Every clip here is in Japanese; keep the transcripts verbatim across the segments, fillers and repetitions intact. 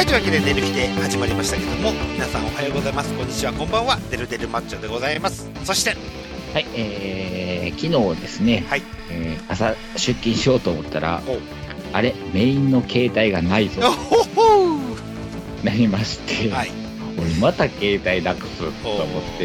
というわけで寝る日で始まりましたけども、皆さんおはようございます、こんにちは、こんばんは。デルデルマッチョでございます。そしてはい、えー、昨日ですね、はいえー、朝出勤しようと思ったら、あれメインの携帯がないぞとなりまして、はい、俺また携帯なくすと思って、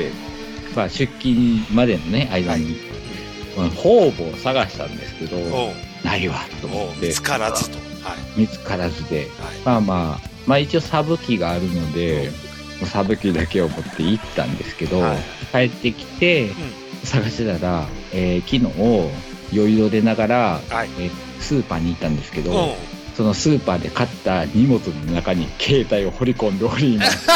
まあ、出勤までのね間に、はい、方々探したんですけどないわと思って、 見つからずと、 はい、見つからずで、はい、まあまあまあ一応サブ機があるので、うん、サブ機だけを持って行ったんですけど、はい、帰ってきて、うん、探してたら、えー、昨日酔いどれながら、はいえー、スーパーに行ったんですけど、うん、そのスーパーで買った荷物の中に携帯を掘り込んでおります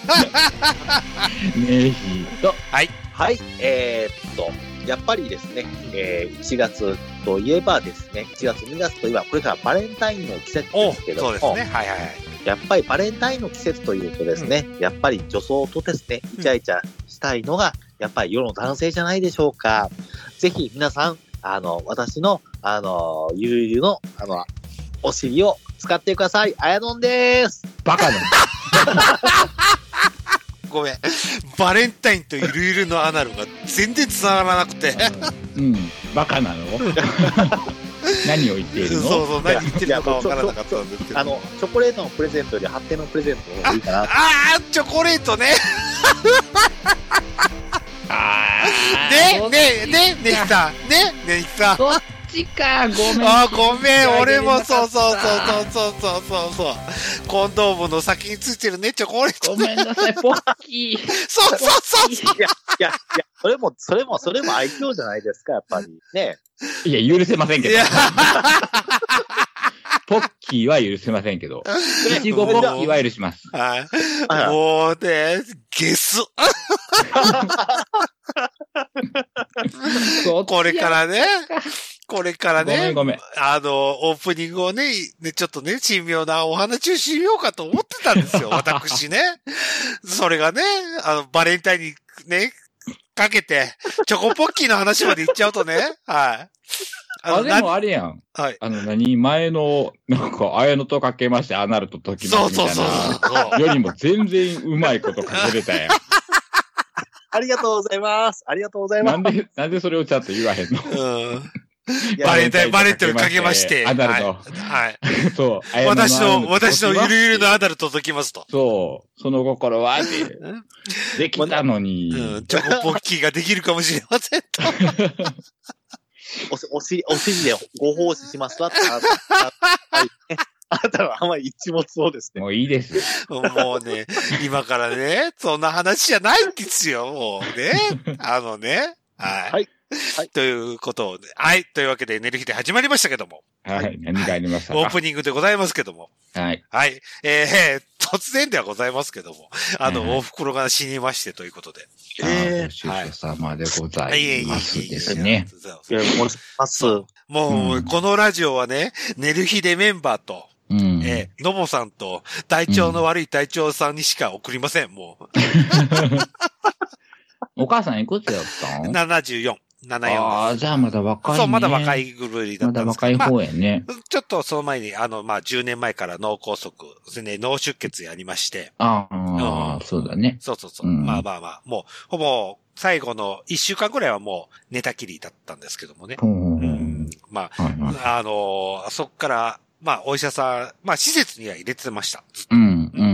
ねえひとはいはい、えー、っとやっぱりですね、えー、いちがつといえばですね、いちがつにがつといえばこれからバレンタインの季節ですけども、そうですね、はいはいはい、やっぱりバレンタインの季節というとですね、うん、やっぱり女装とですねイチャイチャしたいのがやっぱり世の男性じゃないでしょうか。ぜひ皆さんあの私のあのゆるゆるのあのお尻を使ってください。あやのんでーす。 バカなのごめん、バレンタインとゆるゆるのアナルが全然つながらなくてうん、うん、バカなの何を言っているの。 そうそう、何言ってるのか分からなかったんですけど、 あのチョコレートのプレゼントより発展のプレゼントの方がいいかな。ああチョコレートねあねねねねひさんねねひさんどっちかごめんあごめん俺もそうそうそうそうそうそうそうコンドームの先についてるねチョコレート、 ね、ごめんなさいポッキーそうそうそうそういやいやいやそれもそれもそれも愛嬌じゃないですかやっぱりね。 いや許せませんけどポッキーは許せませんけどいちごポッキーは許します。 はいもうねゲスこれからねこれからね、 ごめんごめんあの、オープニングをね、ねちょっとね、珍妙なお話をしようかと思ってたんですよ、私ね。それがね、あの、バレンタインにね、かけて、チョコポッキーの話まで言っちゃうとね、はい。 あ, あでもあれやん。はい。あの、何前の、なんか、あやのとかけまして、アナルとときまみたいな。そうそうそうそう。よりも全然うまいことかけれたやん。 ありがとうございます。ありがとうございます。 なんで、なんでそれをちゃんと言わへんの。 うん。バレンタイン、バレンタインかけまして。 アダルト。 はい。 そう。 私の、私のゆるゆるのアダルト解きますと。 そう。その心は、で、できたのに。 うん。チョコポッキーができるかもしれませんと。 お、おし、お尻でご奉仕しますわって。あなたはあんまり一物をですね。 もういいです。 もうね、今からね、そんな話じゃないんですよ、もうね。あのね。はい。はい。はい、ということを、ね、はい。というわけで、寝る日で始まりましたけども。 はい。何がありましたか。 オープニングでございますけども。 はい。 はい。えー、突然ではございますけども。あの、はい、お袋が死にましてということで。 えー、ご愁傷様でございますですね。 いや、申します。 もう、うん、このラジオはね、寝る日でメンバーと、うん、えー、のぼさんと、体調の悪い隊長さんにしか送りません、もう。 お母さんいくつやったん ? ななじゅうよん。ななじゅうよん。 ああ、じゃあまだ若いね。 そう、まだ若いぐらいだったんですけど。 まだ若い方やね。 まあ、ちょっとその前に、あの、まあ、じゅうねんまえから脳梗塞、ですね、脳出血やりまして。 ああ、うん、そうだね。 そうそうそう。うん、まあまあまあ、もう、ほぼ、最後のいっしゅうかんぐらいはもう寝たきりだったんですけどもね。うん、まあ、はいはい、あのー、そっから、まあ、お医者さん、まあ、施設には入れてました。 うん、うん、うん。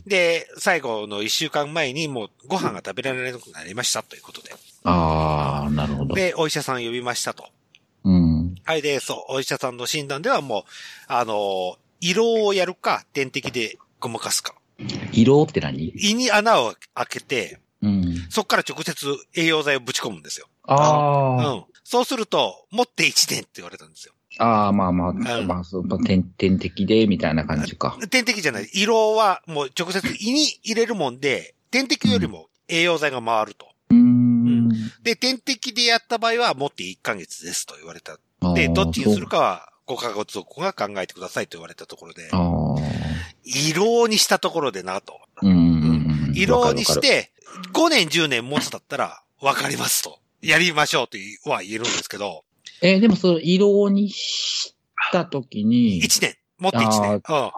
で、最後のいっしゅうかんまえにもうご飯が食べられなくなりましたということで。 ああ、なるほど。 で、お医者さん呼びましたと。 うん。 はい、で、そう、お医者さんの診断ではもう、あのー、胃ろうをやるか、点滴でごまかすか。 胃ろうって何？ 胃に穴を開けて、 うん、 そっから直接栄養剤をぶち込むんですよ。 ああ。 うん。そうすると、持っていちねんって言われたんですよ。 ああ、まあまあ、うん、まあ、そう、点、点滴で、みたいな感じか。 点滴じゃない。胃ろうはもう直接胃に入れるもんで、点滴よりも栄養剤が回ると。 うん。うん、 で、点滴でやった場合は持っていっかげつですと言われた。で、どっちにするかは、ご家族が考えてくださいと言われたところで。 ああ。 胃ろうにしたところでなと。 うん。うん、 胃ろうにして、ごねんじゅうねん持つだったら、わかりますと。やりましょうとは言えるんですけど。 えー、でもその、胃ろうにしたときに。 いちねん。持っていちねん。うん。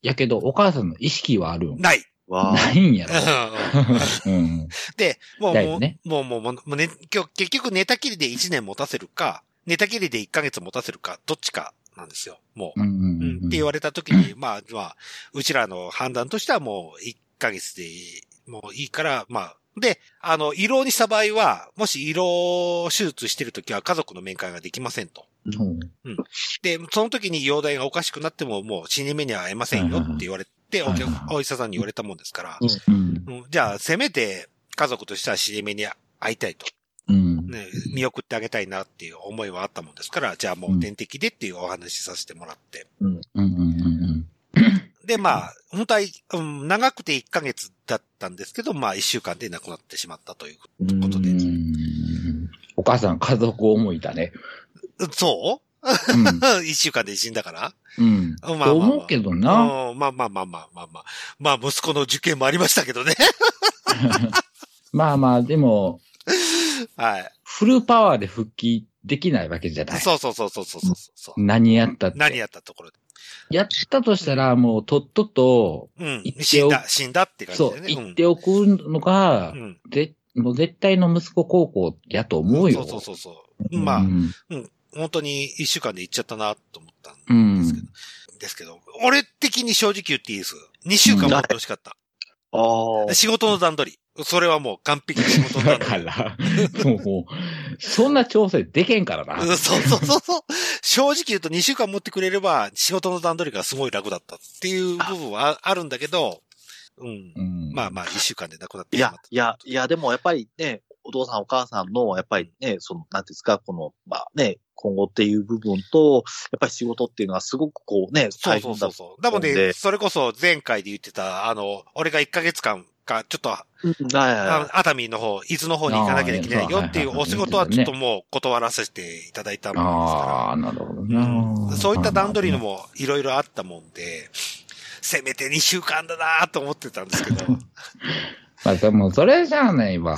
やけど、お母さんの意識はあるん？ ない。 ないんやろ。うん、 で、もう、もう、 ね、 もう、もう、もう、ね、今日、結局寝たきりでいちねん持たせるか、寝たきりでいっかげつ持たせるか、どっちかなんですよ、もう。うんうんうんうん、って言われたときに、まあ、まあ、うちらの判断としてはもういっかげつでもういいから、まあ、で、あの、胃ろうにした場合は、もし胃ろう手術してるときは家族の面会ができませんと。うん。うん。で、その時に容体がおかしくなってももう死に目には会えませんよって言われて、お, お医者さんに言われたもんですから、うんうん、じゃあ、せめて家族としては死に目に会いたいと。うんね、見送ってあげたいなっていう思いはあったもんですから、じゃあもう点滴でっていうお話しさせてもらって。うんうんうんうんで、まあ、本当は、うん、長くていっかげつだったんですけど、まあいっしゅうかんで亡くなってしまったということで。うんお母さん家族思いだね。 そう、うん、いっしゅうかんで死んだからうん。 まあまあまあ、と思うけどな。 まあまあまあまあまあまあ。まあ息子の受験もありましたけどね。 まあまあ、でも、 はい。 フルパワーで復帰できないわけじゃない。 そうそうそうそうそうそう。 何やったって。 何やったところで。 やったとしたら、もう、とっとと、 うん、死んだ、死んだって感じでね。 そう、言っておくのが、うん、で、もう絶対の息子孝行やと思うよ。 そうそうそうそう。まあ、うん、うん、本当に一週間で行っちゃったなと思ったんですけど。うん、ですけど、俺的に正直言っていいです。にしゅうかん待ってほしかった。うん、仕事の段取り。それはもう完璧な仕事の段取り。 だから、もう、そんな調整でけんからな。 そうそうそうそう。正直言うとにしゅうかん持ってくれれば仕事の段取りがすごい楽だったっていう部分はあるんだけど、うん。うん、まあまあいっしゅうかんで亡くなってしまった。 いや、いや、いや、でもやっぱりね、お父さんお母さんの、やっぱりね、その、なんていうんですか、この、まあね、今後っていう部分と、やっぱり仕事っていうのはすごくこうね、 大変だ。そうそうそう。だもんね、それこそ前回で言ってた、あの、俺がいっかげつかんか、ちょっと、熱海の方、伊豆の方に行かなきゃいけないよっていうお仕事はちょっともう断らせていただいたもんですから。 ああ、なるほどな、 うん。そういった段取りのもいろいろあったもんで、せめてにしゅうかんだなと思ってたんですけど。 まあでもそれじゃあないわ。 うん。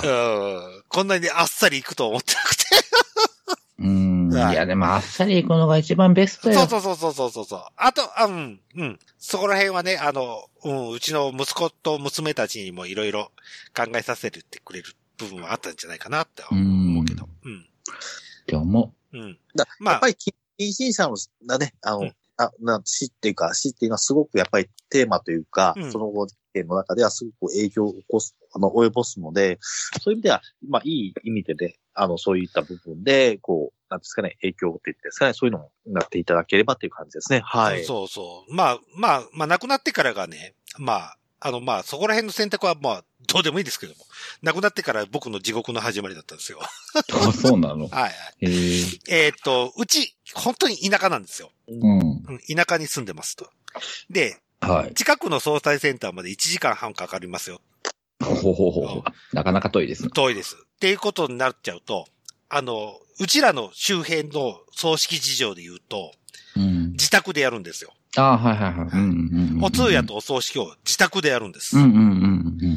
こんなにあっさり行くと思ってなくて。 うん。いやでもあっさり行くのが一番ベストよ。 そうそうそうそうそうそう。あと、あうん、うん。そこら辺はね、あの、うん、うちの息子と娘たちにもいろいろ考えさせてくれる部分はあったんじゃないかなって思うけど。うん。 って思う。 うん。だまあ、やっぱり近親者のね、あの、うん、あな死っていうか、死っていうのはすごくやっぱりテーマというか、うん、その後の中ではすごく影響を起こす、あの、及ぼすので、そういう意味では、まあ、いい意味でね、あの、そういった部分で、こう、なんですかね、影響っていうんですかね、そういうのになっていただければっていう感じですね。はい。 そうそう。まあ、まあ、まあ、亡くなってからがね、まあ、あの、まあ、そこら辺の選択は、まあ、どうでもいいですけども。亡くなってから僕の地獄の始まりだったんですよ。 あ、そうなのはいはい。へえっと、うち、本当に田舎なんですよ。うん。田舎に住んでますと。で、はい。近くの総裁センターまでいちじかんはんかかりますよ。 ほほほほ。なかなか遠いですね。 遠いです。っていうことになっちゃうと、あの、うちらの周辺の葬式事情で言うと、うん、自宅でやるんですよ。 ああ、はいはいはい。うんうんうん、 お通夜とお葬式を自宅でやるんです。 うんうんうんうん、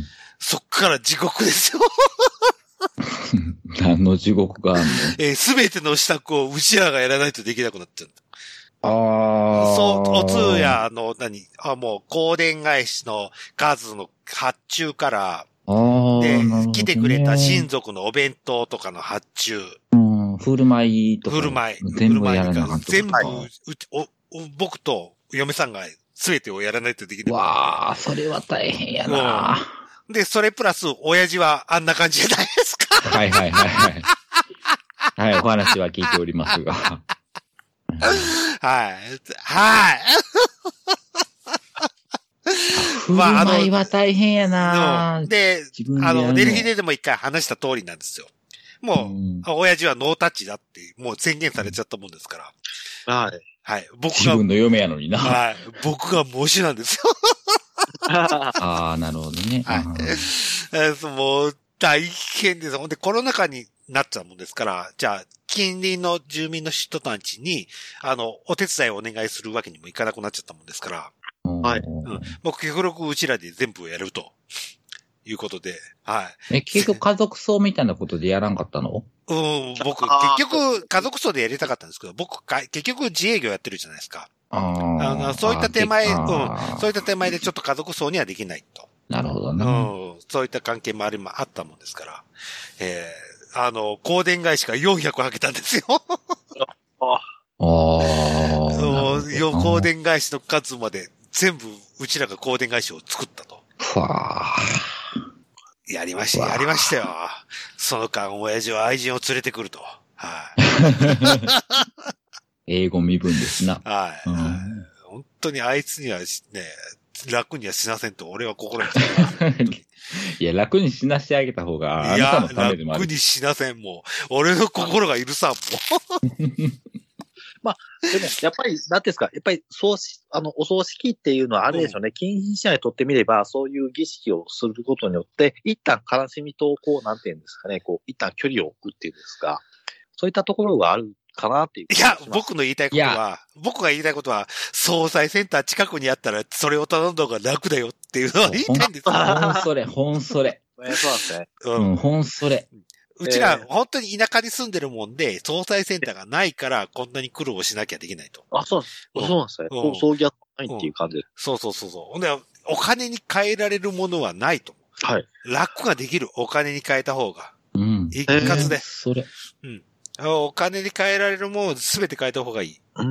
そっから地獄ですよ。 何の地獄があるの？ えー、すべての支度をうちらがやらないとできなくなっちゃう。 ああ。 そう、お通夜の何、あ、もう、香典返しの数の発注から、で、ね、来てくれた親族のお弁当とかの発注。 うん、振る舞いとか。 振る舞い。 全部やらなかった。 全部、はい、お、お、僕と嫁さんが全てをやらないとできない。 わあ、それは大変やな、 うん。で、それプラス、親父はあんな感じじゃないですか。 はいはいはいはい。はい、お話は聞いておりますが。はい。 はい。 まあ、あの、は大変やなで、あの、デルヒででも一回話した通りなんですよ。もう、うん、親父はノータッチだって、もう宣言されちゃったもんですから。 はい。 はい。僕が。 自分の嫁やのにな。 はい。僕が模試なんですよ。 ああ、なるほどね。 はい。もう、大変です。ほんで、コロナ禍になっちゃうもんですから、じゃあ、近隣の住民の人たちに、あの、お手伝いをお願いするわけにもいかなくなっちゃったもんですから。はい。うん。僕、極力うちらで全部やると。いうことで、はい。 え、結局家族葬みたいなことでやらんかったの？ うん、僕、結局家族葬でやりたかったんですけど、僕、結局自営業やってるじゃないですか。 ああのそういった手前、うん、そういった手前でちょっと家族葬にはできないと。 なるほどね。 うん、そういった関係もありもあったもんですから、えー、あの、香典返しがよんひゃくはけたんですよ。 ああ。 そう、香典返しの数まで全部うちらが香典返しを作ったと。 ふわー。やりました、やりましたよ。その間、親父は愛人を連れてくると。はい。 英語身分ですな。 はい、うん。本当にあいつにはね、楽にはしなせんと俺は心に決めます。 いや、楽にしなしてあげた方が、あなたのためでもある。 楽にしなせん、もう。俺の心が許さん、もう。 まあ、でも、やっぱり、なんですか、やっぱり、そうし、あの、お葬式っていうのはあれでしょうね。うん、近親者にとってみれば、そういう儀式をすることによって、一旦悲しみと、こう、なんていうんですかね、こう、一旦距離を置くっていうんですか、そういったところがあるかなっていう。 いや、僕の言いたいことは、僕が言いたいことは、総裁センター近くにあったら、それを頼んだ方が楽だよっていうのは言いたいんですよ。 ほんそれ、ほんそれ。 そうなんですね。 うん、ほんそれ。 うちら、本当に田舎に住んでるもんで、総裁センターがないから、こんなに苦労しなきゃできないと。 あ、そうです。そうなんですね。うん、葬儀はないっていう感じで、うん。 そうそうそうそう。ほんで、お金に変えられるものはないと。 はい。 楽ができる。お金に変えた方が。 うん。 一括で。 それ。 うん。お金に変えられるものを全て変えた方がいい。 うん。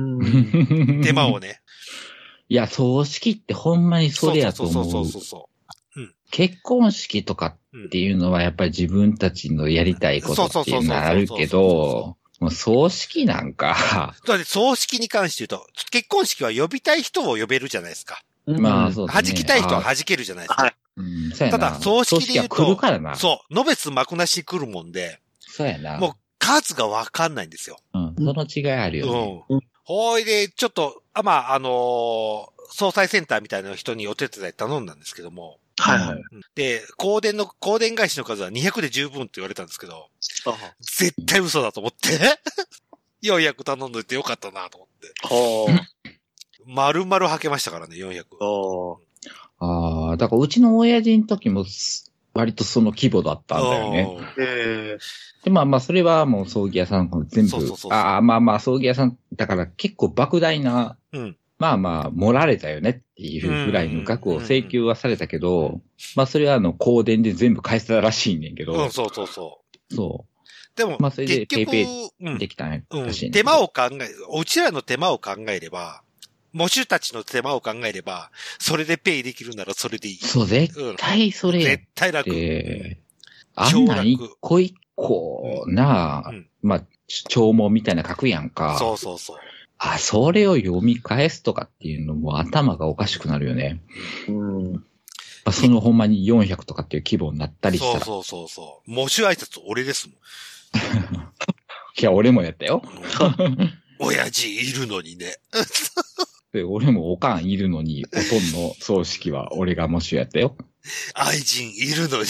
手間をね。 いや、葬式ってほんまにそれやと思う。 そうそうそうそう。うん、 結婚式とかっていうのはやっぱり自分たちのやりたいことっていうのはあるけど、もう葬式なんか。 だって葬式に関して言うと、結婚式は呼びたい人を呼べるじゃないですか。 まあそうですね。 弾きたい人は弾けるじゃないですか。 はい。 うん、そうやな。 ただ葬式で言うと、 来るからな。 そう、のべつ幕なしに来るもんで、 そうやな。 もう数がわかんないんですよ。 うん、その違いあるよね。 うん。ほいで、ちょっと、あまあ、あのー、総裁センターみたいな人にお手伝い頼んだんですけども、 はいはい。 で、香典の、香典返しの数はにひゃくで十分って言われたんですけど、絶対嘘だと思って、よんひゃく頼んどいてよかったなと思って。丸々はけましたからね、よんひゃく。 ああ、だからうちの親父の時も、割とその規模だったんだよね。 えー、で、まあまあ、それはもう葬儀屋さん全部、そうそうそうそう、ああ、まあまあ、葬儀屋さん、だから結構莫大な、うん、まあまあ、盛られたよねっていうぐらいの額を請求はされたけど、うんうんうん、まあそれはあの、香典で全部返したらしいねんけど。 うん、そうそうそう。 そう。 でも、 まあそれでペイペイできたんらしい、うんうん。手間を考え、うちらの手間を考えれば、喪主たちの手間を考えれば、それでペイできるならそれでいい。 そう、絶対それ、うん。 絶対楽。 あんな一個一個な、うん、まあ、弔問みたいな書くやんか。 そうそうそう。 あ、それを読み返すとかっていうのも頭がおかしくなるよね。 うん。 まあ、そのほんまによんひゃくとかっていう規模になったりしたら。 そうそうそうそう。喪主挨拶俺ですもん。 いや、俺もやったよ。 親父いるのにね。 で、俺もおかんいるのに、おとんの葬式は俺が喪主やったよ。 愛人いるのに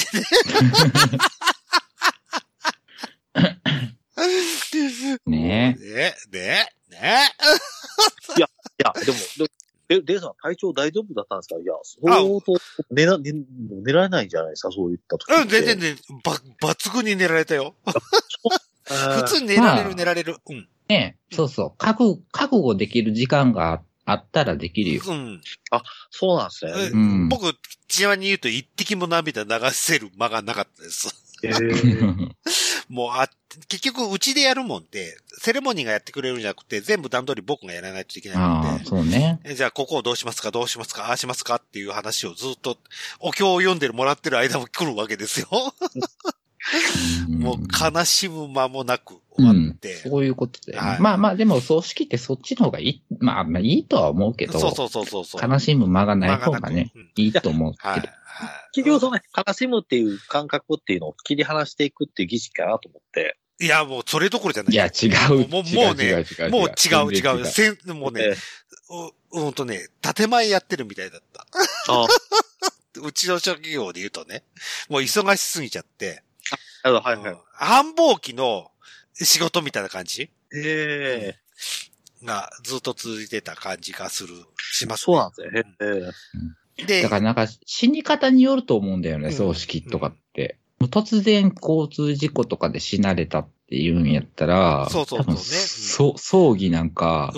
ね。ねえ。ねえ、ねえ、ねえ。いや、いや、でも、え、レイさん、体調大丈夫だったんですか？いや、相当寝ら、寝、寝られないじゃないですか、そういった時。 うん、全然ね、ば、抜群に寝られたよ。普通に寝られる、まあ、寝られる。うん。 ねえ、そうそう。覚悟、覚悟できる時間があったらできるよ。 うん。 あ、そうなんですね。 うん、僕、ちなみに言うと一滴も涙流せる間がなかったです。 えー、 もうあ、結局うちでやるもんで、セレモニーがやってくれるんじゃなくて、全部段取り僕がやらないといけないので。 ああ、そうね。 じゃあここをどうしますか、どうしますか、ああしますかっていう話をずっと、お経を読んでもらってる間も来るわけですよ。もう悲しむ間もなく終わって。 うん、そういうことで、ね。はい、まあまあでも葬式ってそっちの方がいい。まあまあいいとは思うけど。 そうそうそうそうそう。 悲しむ間がない方がね、うん、いいと思うけど。はいはい、 企業とね、悲しむっていう感覚っていうのを切り離していくっていう儀式かなと思って。 いや、もうそれどころじゃない。 いや、違う。 もう、もうね、もう違う違う。せん、もうね、えー、う、うんとね、建前やってるみたいだった。 ああうちの職業で言うとね、もう忙しすぎちゃって。 あ、はいはい。 繁忙期の仕事みたいな感じええ。がずっと続いてた感じがする、しますね。 そうなんですよね。ええ。で、だからなんか死に方によると思うんだよね、葬式とかって。うんうん、突然交通事故とかで死なれたっていうんやったら、 そうそうそうね。 そ、葬儀なんか、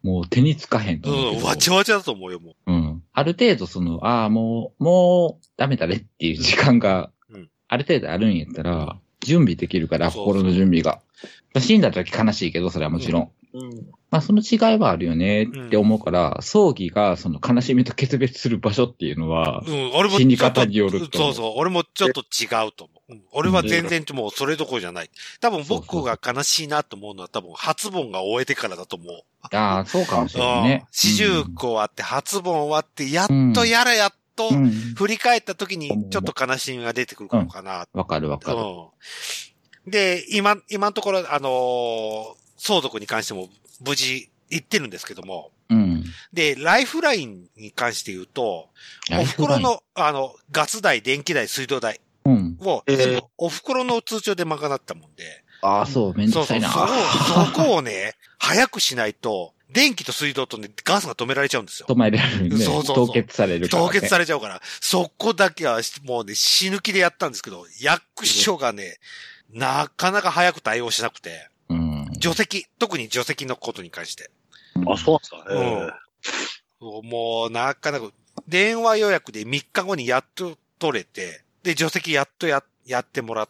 もう手につかへんと思う。 うん、わちゃわちゃだと思うよ、もう。うん。ある程度その、ああ、もう、もう、ダメだねっていう時間が、ある程度あるんやったら、準備できるから、心の準備が。死んだ時悲しいけど、それはもちろん。うん、まあ、その違いはあるよねって思うから、うん、葬儀がその悲しみと決別する場所っていうのは、うん、俺も死に方によると。 そうそう、俺もちょっと違うと思う。うん、俺は全然もうそれどころじゃない。多分僕が悲しいなと思うのは多分初盆が終えてからだと思う。 ああ、そうかもしれないね。 四十九終わって初盆終わって、やっとやれやっと振り返った時にちょっと悲しみが出てくるのかな。 わ、うん、かるわかる。 うん、で、今、今のところ、あのー、相続に関しても無事行ってるんですけども。うん。で、ライフラインに関して言うと、お袋の、あの、ガス代、電気代、水道代を、うん、全部お袋の通帳で賄ったもんで。 ああ、そう、めんどくさいな。 そうそう、そ, そこをね、早くしないと、電気と水道とね、ガスが止められちゃうんですよ。 止められるね。そうそうそう。凍結されるから、ね。 凍結されちゃうから。そこだけは、もうね、死ぬ気でやったんですけど、役所がね、なかなか早く対応しなくて。うん。除籍、特に除籍のことに関して。 あ、そうなんですかね。うん。もう、なかなか、電話予約でみっかごにやっと取れて、で、除籍やっとや、やってもらって、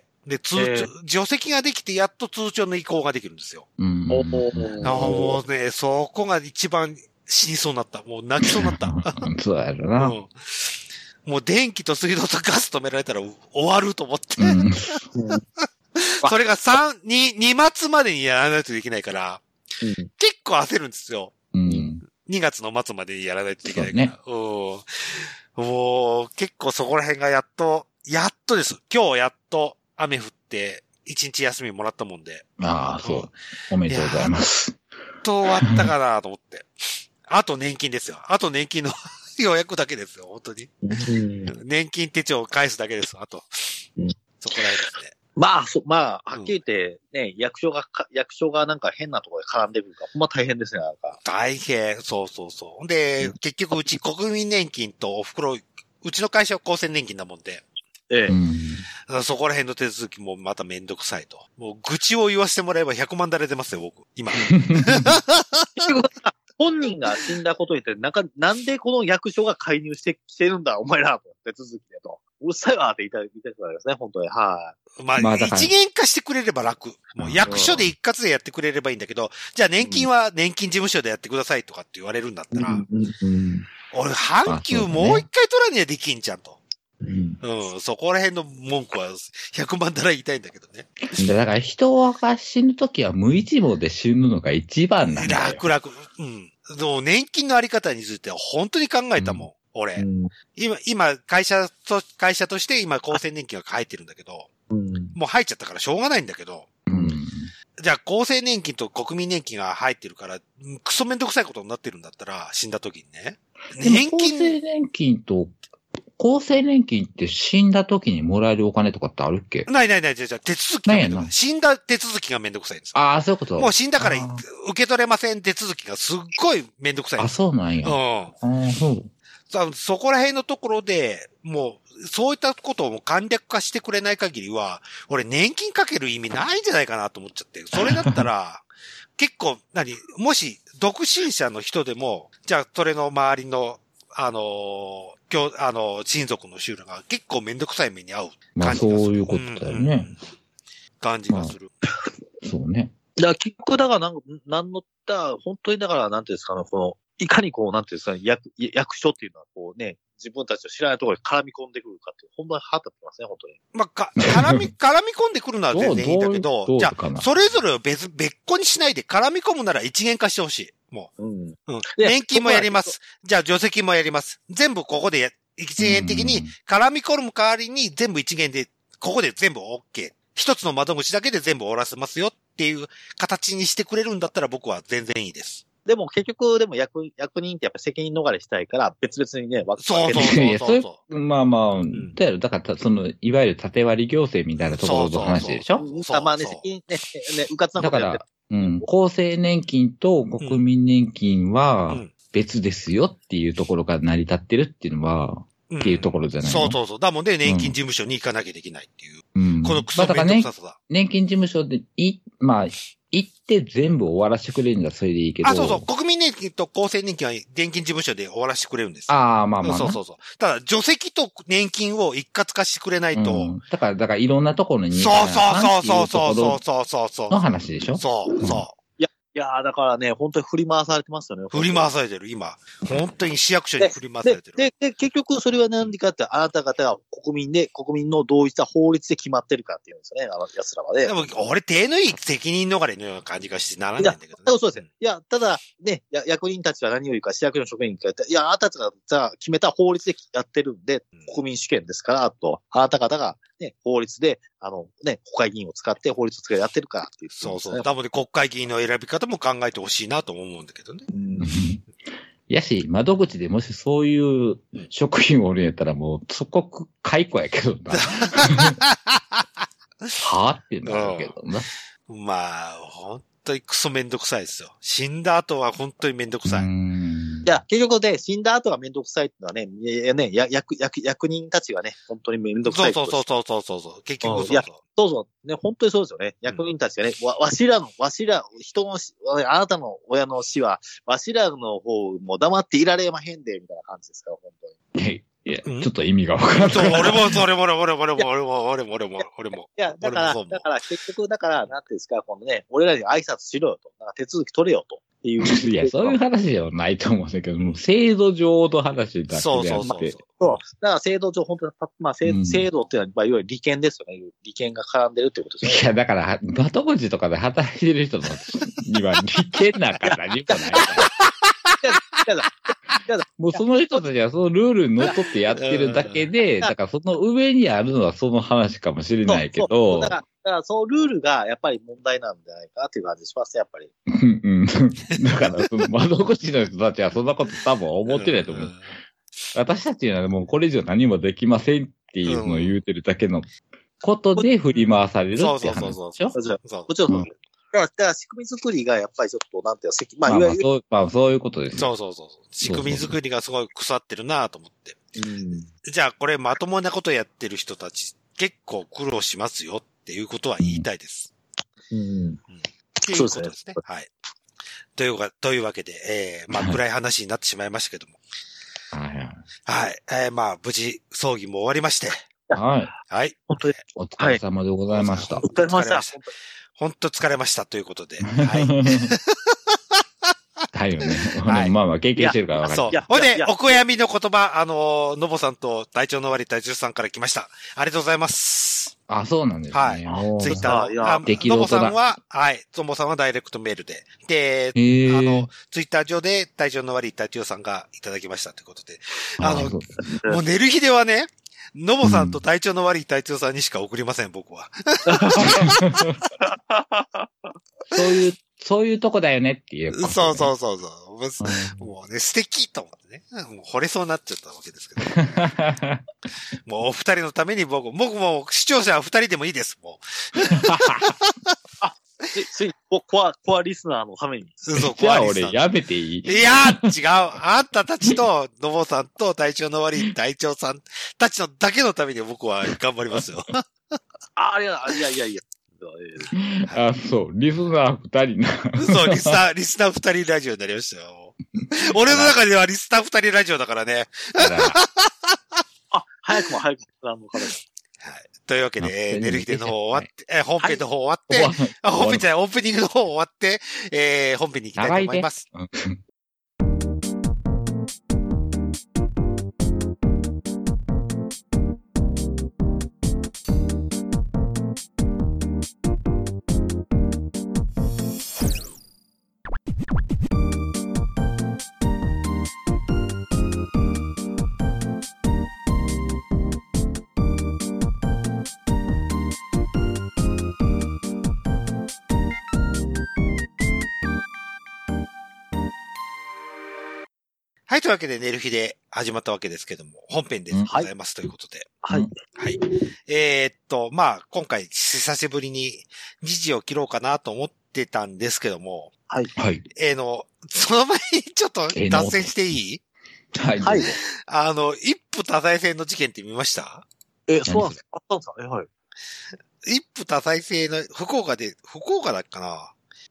で、通帳、除籍ができてやっと通帳の移行ができるんですよ。うん。もうね、そこが一番死にそうになった。もう泣きそうになった。 そうやろな。うん。 もう電気と水道とガス止められたら終わると思って。うん、それが三、二、二末までにやらないとできないから、うん、結構焦るんですよ。うん、にがつの末までにやらないといけないから。ね、うん、もう結構そこら辺がやっと、やっとです。今日やっと雨降って一日休みもらったもんで。 ああ、そう、うん。おめでとうございます。 やっと終わったかなと思って。あと年金ですよ。あと年金の予約だけですよ、本当に。うん、年金手帳を返すだけです、あと。うん、そこら辺ですね。 まあ、そ、まあ、はっきり言って、ね、うん、役所が、役所がなんか変なところで絡んでくるから、ほんま大変ですね、なんか。 大変、そうそうそう。で、うん、結局うち国民年金とお袋、うちの会社は厚生年金なもんで。ええ。うん、そこら辺の手続きもまためんどくさいと。もう愚痴を言わせてもらえばひゃくまんだれ出ますよ、僕。今。 本人が死んだことに言って、なんか、なんでこの役所が介入してきてるんだ、お前ら、手続きでと。うるさいわって言いたい、言いたいですね、本当に。はい、 あ。まあ、一元化してくれれば楽。もう役所で一括でやってくれればいいんだけど、じゃあ年金は年金事務所でやってくださいとかって言われるんだったら、うんうんうん、俺、半休もう一回取らにはできんじゃんと。うん、うん。そこら辺の文句はひゃくまんだら言いたいんだけどね。 だから人が死ぬときは無一文で死ぬのが一番なんだよ。 楽々。うん。でも年金のあり方については本当に考えたもん。うん、俺、うん。今、今、会社と、会社として今厚生年金が入ってるんだけど、うん、もう入っちゃったからしょうがないんだけど、うん、じゃあ厚生年金と国民年金が入ってるから、クソめんどくさいことになってるんだったら、死んだ時にね。 年金。厚生年金と、厚生年金って死んだ時にもらえるお金とかってあるっけ？ ないないない、じゃじゃ手続きがめんどくさい。死んだ手続きがめんどくさいんですよ。 ああ、そういうこと。 もう死んだから受け取れません手続きがすっごいめんどくさい。 あ、そうなんや。うん。ああ、そう。 そ、そこら辺のところで、もう、そういったことを簡略化してくれない限りは、俺年金かける意味ないんじゃないかなと思っちゃって。それだったら、結構、何、もし、独身者の人でも、じゃあ、それの周りの、あのー、今日、あのー、親族の集団が結構めんどくさい目に遭う感じがする。 まあ、そういうことだよね。うん、 感じがする。 まあ、そうね。 だから結局、だからなんか、なんのった、本当にだから、なんていうんですかね、この、いかにこう、なんていうんですかね、役、役所っていうのはこうね、自分たちの知らないところに絡み込んでくるかって、本当に腹立ってますね、本当に。 まあ、か、絡み、絡み込んでくるのは全然いいんだけど、どうどうじゃあ、それぞれを別、別個にしないで絡み込むなら一元化してほしい。もう。うん。うん。年金もやります。じゃあ、除籍もやります。全部ここでや、一元的に絡み込む代わりに全部一元で、ここで全部 OK。一つの窓口だけで全部終わらせますよっていう形にしてくれるんだったら僕は全然いいです。 でも結局、でも役、役人ってやっぱ責任逃れしたいから、別々にね、分けて。そうそうそうそうそう。まあまあ、うん、だから、その、いわゆる縦割り行政みたいなところの話でしょ？そうそうそう。まあね、責任ね、ね、うかつなことやってだから、うん、厚生年金と国民年金は別ですよっていうところから成り立ってるっていうのは、うん、っていうところじゃないの？ そうそうそう。だもんで、年金事務所に行かなきゃできないっていう。うん。このクソめんどくささだ。 年金事務所でい、まあ、 行って全部終わらせてくれるんだ、それでいいけど。 あ、そうそう。国民年金と厚生年金は年金事務所で終わらせてくれるんです。 ああ、まあまあ。 そうそうそう。ただ、除籍と年金を一括化してくれないと。うん、 だから、だからいろんなところに。 そうそうそうそうそうそうそうそう。 の話でしょ？ そう、そう。うんいやー、だからね、本当に振り回されてますよね。 振り回されてる、今。本当に市役所に振り回されてる。 で、で、で結局それは何でかって、あなた方が国民で、国民の同意した法律で決まってるかっていうんですよね、あの奴らはね。 でも、俺、手のいい責任逃れのような感じがしてならないんだけどね。 いや、そうですね。いや、ただ、ね、役人たちは何よりか市役所の職員に言って、いや、あなたたちがじゃあ決めた法律でやってるんで、国民主権ですから、と、あなた方が、ね、法律で、あの、ね、国会議員を使って法律を使ってやってるからっていう、ね。 そうそう。多分ね、国会議員の選び方も考えてほしいなと思うんだけどね。うん、 やし、窓口でもしそういう職員おるんやったらもう、そこ解雇やけどな。はぁってなるけどな。 うん、まあ、本当にクソめんどくさいですよ。死んだ後は本当にめんどくさい。 いや、結局ね、死んだ後がめんどくさいってのはね、ね、役、役、役人たちがね、本当にめんどくさい。 そうそうそうそうそうそう。結局そうそう。 いや、そうそう。ね、本当にそうですよね。役人たちがね、うん、わ、わしらの、わしら、人の死、あなたの親の死は、わしらの方も黙っていられまへんで、みたいな感じですから、本当に。 いや、ちょっと意味がわからない。 そう、俺も、それも、俺も、俺も、俺も、俺も、俺も、俺も、俺も。 いや、だから、だから結局、だから、なんていうんですか、このね、俺らに挨拶しろよと。なんか手続き取れよと。っていう。 いや、そういう話ではないと思うんだけど、もう制度上の話だけであって。 そうそうそう。 そう。だから制度上、本当に、まあ、制度っていうのは、まあ、いわゆる利権ですよね。利権が絡んでるってことですね。 いや、だから、窓口とかで働いてる人のには利権なんか何もないから。もうその人たちはそのルールにのっとってやってるだけで、だからその上にあるのはその話かもしれないけど。 そうそうだから、だからそのルールがやっぱり問題なんじゃないかなっていう感じしますね、やっぱり。 うんうん。だからその窓口の人たちはそんなこと多分思ってないと思う。私たちにはもうこれ以上何もできませんっていうのを言うてるだけのことで振り回されるっていう話でしょ。そうそうそうそう。 もちろん。だから、だから仕組み作りがやっぱりちょっと、なんていうの、まあ、いわゆる。 まあ、そう、まあ、そういうことです、ね。 そうそうそう。仕組み作りがすごい腐ってるなと思って。うん、じゃあ、これまともなことやってる人たち、結構苦労しますよっていうことは言いたいです。うん。うん、っていうことですね。はい。というか、というわけで、えー、まあ、暗い話になってしまいましたけども。はい。はい。えー、まあ、無事、葬儀も終わりまして。 はい。 はい。 本当に。 お疲れ様でございました。 お疲れ様でした。 本当疲れましたということで。はい。 だよね。はい、まあまあ、経験してるから分かる。 そう。ほんで、お悔やみの言葉、あの、のぼさんと体調の悪い体調さんから来ました。ありがとうございます。 あ、そうなんですね。 はい。ツイッターの、のぼさんは、はい。のぼさんはダイレクトメールで。で、あの、ツイッター上で体調の悪い体調さんがいただきましたということで。あの、もう寝る日ではね、のぼさんと体調の悪い体調さんにしか送りません、僕は。 そういう、そういうとこだよねっていう、ね。 そうそうそうそう。もうね、素敵と思ってね。もう惚れそうになっちゃったわけですけど。もうお二人のために僕、僕も視聴者は二人でもいいです、もう。 あ、つい、つい、コア、コアリスナーのために。 そう、コアリスナー。じゃあ俺やめていい？ いや違う。あんたたちと、のぼさんと体調の悪い隊長さんたちのだけのために僕は頑張りますよ。 あ、ありがとう。いやいやいや。 あ、そう。リスナー二人な。 そう、リスナー、リスナー二人ラジオになりましたよ。俺の中ではリスナー二人ラジオだからね。 あ、早くも早くも、あの、はい。 というわけで、えー、寝る日での方終わって、えー、本編の方終わって、はい、あ本編じゃない、オープニングの方終わって、えー、本編に行きたいと思います。はい、というわけで寝る日で始まったわけですけども、本編でございますということで。 はい。 はい。えー、っと、まあ、今回久しぶりに時事を切ろうかなと思ってたんですけども。 はい。 はい。 えー、の、その前にちょっと脱線していい？ はい。 はい。 あの、一夫多妻制の事件って見ました？ え、そうなんですか？あったんですか？え、はい。 一夫多妻制の、福岡で、福岡だっかな？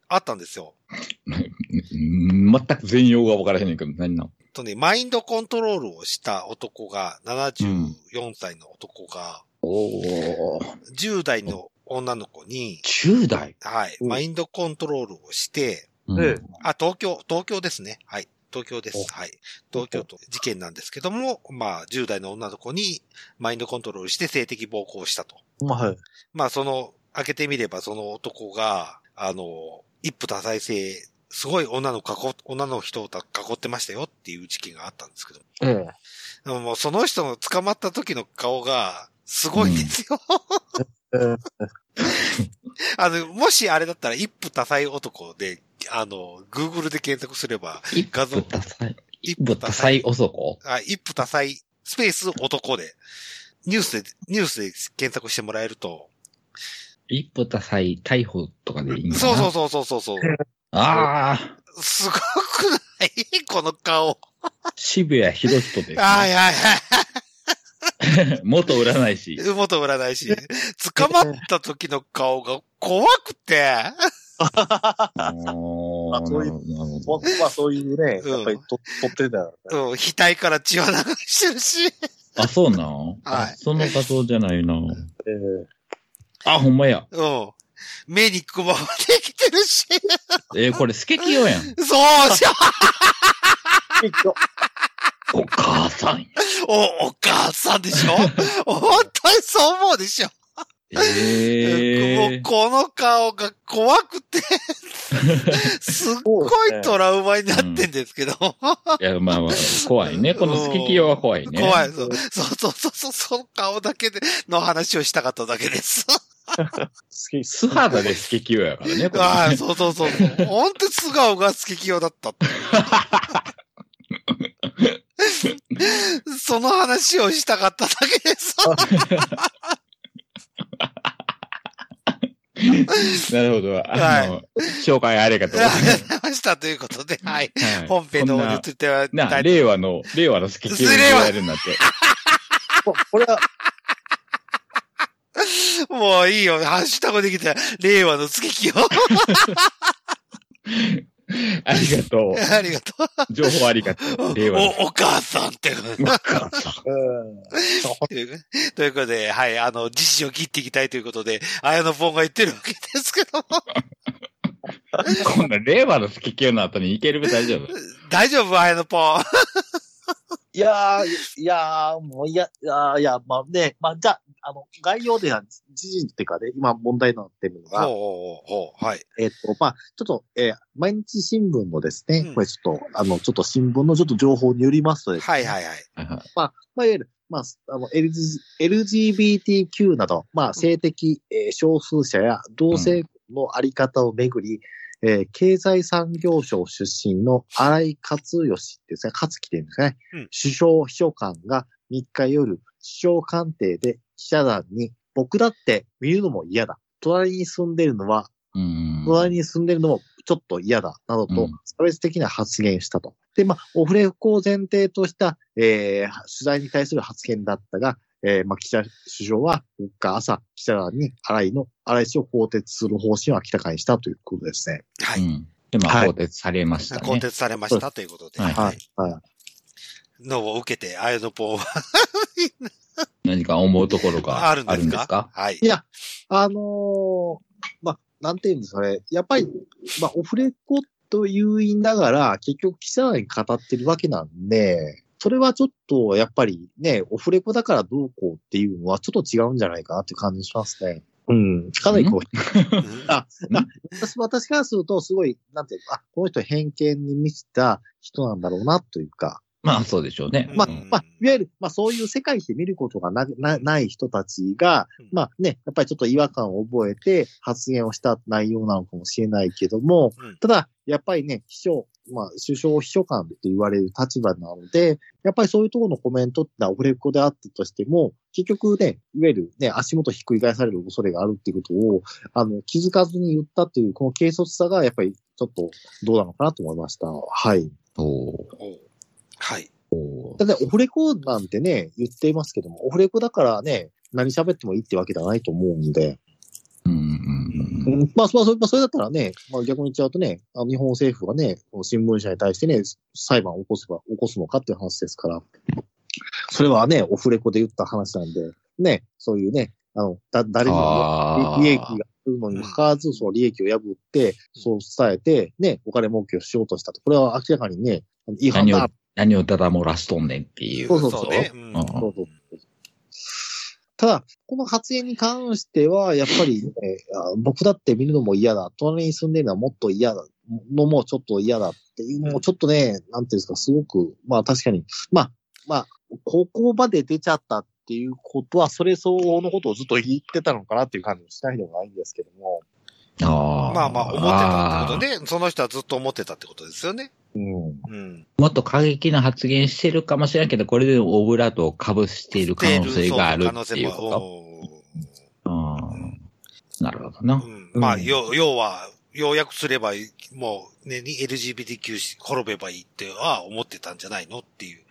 あったんですよ。 全く全容が分からへんねんけど、何なの？ とね、マインドコントロールをした男が、ななじゅうよんさいの男が、 うん、おじゅう代の女の子に、 じゅう代？ はい、うん、マインドコントロールをして、 うん、 あ、東京、東京ですね。はい。東京です。はい。東京都事件なんですけども、まあ、じゅう代の女の子にマインドコントロールして性的暴行をしたと。 はい。 まあ、その、開けてみればその男が、あの、一夫多妻制、すごい女の囲、女の人を囲ってましたよっていう事件があったんですけど。 ええ。 でももうその人の捕まった時の顔が、すごいんですよ。うん、あの、もしあれだったら一夫多妻男で、あの、Google で検索すれば、画像。 一夫多妻一夫多妻男？ あ、一夫多妻、スペース男で、ニュースで、ニュースで検索してもらえると。 一夫多妻逮捕とかでいいんだな。 そうそうそうそうそうそう。 ああ。 すごくないこの顔。 渋谷博人です、ね。 はいはいはい。 元占い師。 元占い師。捕まった時の顔が怖くて。 まあそういう、まあそういうね、やっぱりと、とってんだよ、 ね。うん、額から血は流してるし。 あ、そうなの？ はい。 その画像じゃないな。えー、あ、ほんまや。 うん。目にクマができてるし。 えー、これスケキヨやん。 そうじゃん。 お母さん。 お、お母さんでしょ本当にそう思うでしょええー。もうこの顔が怖くて、すっごいトラウマになってんですけど。うん、 いや、まあまあ、怖いね。このスケキヨは怖いね。 怖い。そうそうそうそう、その顔だけでの話をしたかっただけです。 素肌でスケキヨやからね。 ねああ、そうそうそう。本当に素顔がスケキヨだったって。その話をしたかっただけです。 なるほど。あの、はい、紹介ありがとうございます。 ありがとうございました。ということで、はい。はい、本編の方については、 な、令和の、令和のスケキヨをやるんだって。 これは、 もういいよ。ハッシュタグできた令和のスケキヨ。 ありがとう。 ありがとう。情報ありがとう。令和お、お母さんって。 お母さん。 ということで、はい、あの、自信を切っていきたいということで、綾野ポンが言ってるわけですけども。 こんな令和のスケキヨの後にいける大丈夫？ 大丈夫綾野ポン。 いやー、いやー、もういや、いやー、いや、まあね、まあじゃあ、あの、概要では、時事っていうかね、今問題になってるのが、 ほうほうほう、はい。 えっと、まあ、ちょっと、えー、毎日新聞のですね、うん、これちょっと、あの、ちょっと新聞のちょっと情報によりますとですね、 はいはいはい。 まあ、まあ、いわゆる、まあ、あの、エルジービーティーキュー など、まあ、性的、えー、少数者や同性のあり方をめぐり、うん、えー、経済産業省出身の荒井勝義ですね、勝樹っていうんですかね、うん、首相秘書官がみっか夜、首相官邸で記者団に、僕だって見るのも嫌だ。隣に住んでるのは、 うん隣に住んでるのもちょっと嫌だ。などと、差別的な発言したと。で、まあ、オフレコを前提とした、えー、取材に対する発言だったが、えー、まあ、記者、首相は、よっか朝、記者団に、荒井の、荒井氏を更迭する方針を明らかにしたということですね。 はい。うん、 で、まあ、更迭されましたね。 更迭されましたということで。 はい。 はい。はいのを受けて、あやのぽんは何か思うところがあるんですか？あるんですか？ はい。 いや、あのー、まあ、なんていうんですかね。やっぱり、まあ、オフレコと言いながら、結局記者団に語ってるわけなんで、それはちょっと、やっぱりね、オフレコだからどうこうっていうのはちょっと違うんじゃないかなっていう感じしますね。うん。かなりこう、あ、私、私からすると、すごい、なんていうか、あ、この人偏見に満ちた人なんだろうな、というか。 まあ、そうでしょうね。 まあ、まあ、いわゆる、まあ、そういう世界で見ることがな、な、ない人たちが、まあね、やっぱりちょっと違和感を覚えて発言をした内容なのかもしれないけども、うん、ただ、やっぱりね、秘書、まあ、首相秘書官って言われる立場なので、やっぱりそういうところのコメントってのはオフレコであったとしても、結局ね、いわゆるね、足元ひっくり返される恐れがあるっていうことを、あの、気づかずに言ったという、この軽率さが、やっぱりちょっとどうなのかなと思いました。はい。 おー。 はい。 だってオフレコなんてね、言っていますけども、オフレコだからね、何喋ってもいいってわけではないと思うんで。 うんうんまあ、まあ、それ、まあ、それだったらね、まあ逆に言っちゃうとね、あの日本政府がね、新聞社に対してね、裁判を起こせば、起こすのかっていう話ですから、それはね、オフレコで言った話なんで、ね、そういうね、あの、だ、誰にも、ね、利益がするのにもかかわらず、その利益を破って、そう伝えて、ね、お金儲けをしようとしたと。これは明らかにね、違反だ。 何を、何をただ漏らしとんねんっていう。 そうそうそう。ね、うん、そうそうそう。ただ、この発言に関しては、やっぱり、ね、僕だって見るのも嫌だ。隣に住んでるのはもっと嫌だ。のもちょっと嫌だっていうのもちょっとね、なんていうんですか、すごく、まあ確かに、まあ、まあ、ここまで出ちゃったっていうことは、それ相応のことをずっと言ってたのかなっていう感じもしないでもないんですけども。 あまあまあ、思ってたってことで、その人はずっと思ってたってことですよね。 うん。 うん。 もっと過激な発言してるかもしれんけど、これでオブラートを被している可能性があるっていうこと。うん。なるほどな。 うん、まあ、要、要は、要約すれば、もうね、エルジービーティーキュー 滅べばいいっては思ってたんじゃないのっていう、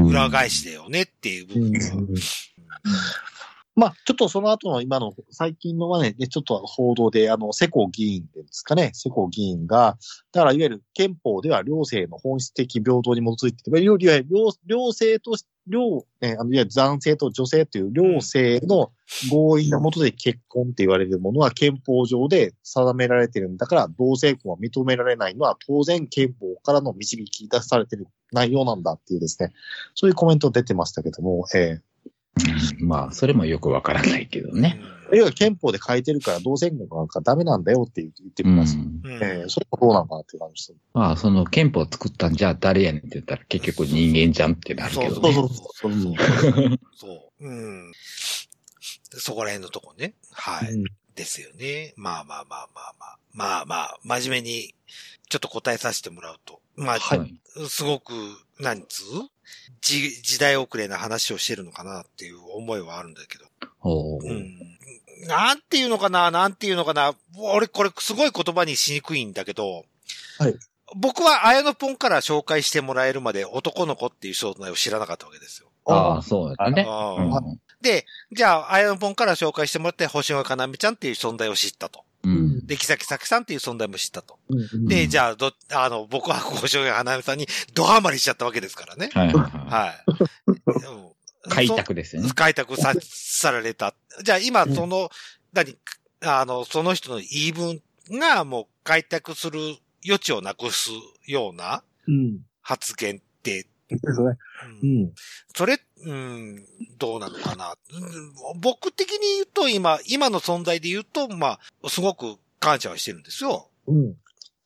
裏返しだよねっていう部分が。うんうん、 まあ、ちょっとその後の今の最近のはね、ちょっと報道で、あの、世耕議員ですかね、世耕議員が、だからいわゆる憲法では両性の本質的平等に基づいていて、いわゆる両、両性と、両、ね、あのいわゆる男性と女性という両性の合意のもとで結婚って言われるものは憲法上で定められているんだから、同性婚は認められないのは当然憲法からの導き出されている内容なんだっていうですね、そういうコメント出てましたけども、えーまあ、それもよくわからないけどね。 いや、憲法で書いてるから同性婚なんかダメなんだよって言ってみます。うん、えー、それもどうなのかなっていう感じです。 まあ、その憲法を作ったんじゃあ誰やねんって言ったら結局人間じゃんってなるけどね。 そうそうそう。 そう。うん。そこら辺のとこね。はい。うん、ですよね。まあまあまあまあまあ。まあまあ、真面目にちょっと答えさせてもらうと。まあ、はい、すごく、何つう時、時代遅れな話をしてるのかなっていう思いはあるんだけど。 おうん。なんていうのかななんていうのかな俺、これすごい言葉にしにくいんだけど。 はい。 僕は綾野ポンから紹介してもらえるまで男の子っていう存在を知らなかったわけですよ。 ああ、そうだね。 うん、で、じゃあ、綾野ポンから紹介してもらって、星野かなみちゃんっていう存在を知ったと。 うん、 で、木崎咲さんっていう存在も知ったと。 うんうん、 で、じゃあ、ど、あの、僕は星野かなみさんにドハマりしちゃったわけですからね。 はいはい、はい。 はい。 開拓ですよね。 開拓さ、さられた。じゃあ、今、その、うん、何、あの、その人の言い分がもう開拓する余地をなくすような発言って、 うん、うん。 それ、うん、どうなのかな。僕的に言うと今、今の存在で言うと、まあ、すごく感謝はしてるんですよ。 うん。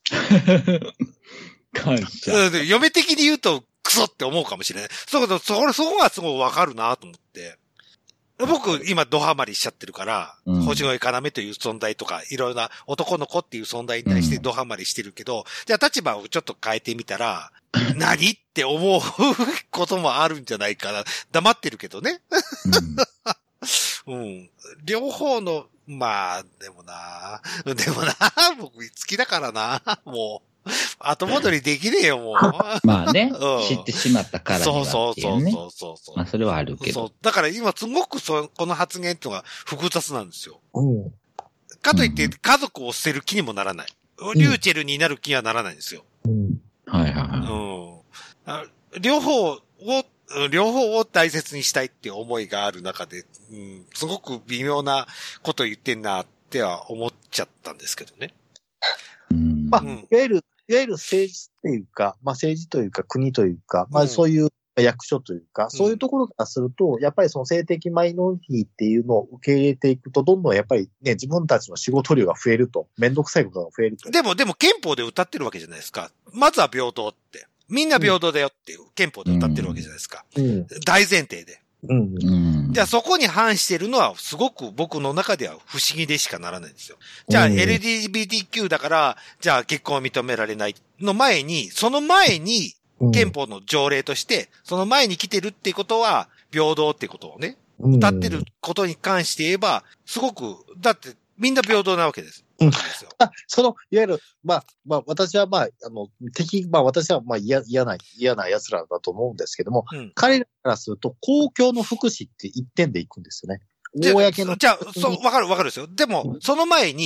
感謝。 嫁的に言うと、クソって思うかもしれない。そうだ、それ、そこがすごいわかるなと思って。僕、今、ドハマりしちゃってるから、うん、星野要という存在とか、いろいろな男の子っていう存在に対してドハマりしてるけど、うん、じゃあ立場をちょっと変えてみたら、何って思うこともあるんじゃないかな。黙ってるけどね。うん。うん、両方の、まあ、でもな、でもな、僕好きだからな、もう。後戻りできねえよ、もう。 まあね、うん。知ってしまったからには、ね。 そうそうそうそうそう。 まあそれはあるけど。そう。 だから今すごくそこの発言っていうのが複雑なんですよ。 うん。 かといって家族を捨てる気にもならない。うん、リューチェルになる気にはならないんですよ。 うん。 はいはいはい。うん。両方を、両方を大切にしたいっていう思いがある中で、うん、すごく微妙なこと言ってんなっては思っちゃったんですけどね。 うん、 まあ、いわゆる、いわゆる政治というか、まあ政治というか国というか、まあそういう役所というか、うん、そういうところからすると、やっぱりその性的マイノリティっていうのを受け入れていくと、どんどんやっぱりね、自分たちの仕事量が増えると、めんどくさいことが増えると。 でも、でも憲法で歌ってるわけじゃないですか。まずは平等って。みんな平等だよっていう憲法で歌ってるわけじゃないですか。 うん、 大前提で。 うんうん、 じゃあそこに反してるのはすごく僕の中では不思議でしかならないんですよ。じゃあ エルジービーティーキュー だから、じゃあ結婚を認められないの前に、その前に憲法の条例として、その前に来てるっていうことは平等っていうことをね、歌ってることに関して言えば、すごく、だってみんな平等なわけです。 うん、あその、いわゆる、まあ、まあ、私はまあ、あの、敵、まあ、私はまあ、嫌、嫌な、嫌な奴らだと思うんですけども、うん、彼らからすると、公共の福祉って一点でいくんですよね。公の。 じゃあ、そう、わかるわかるですよ。でも、その前に、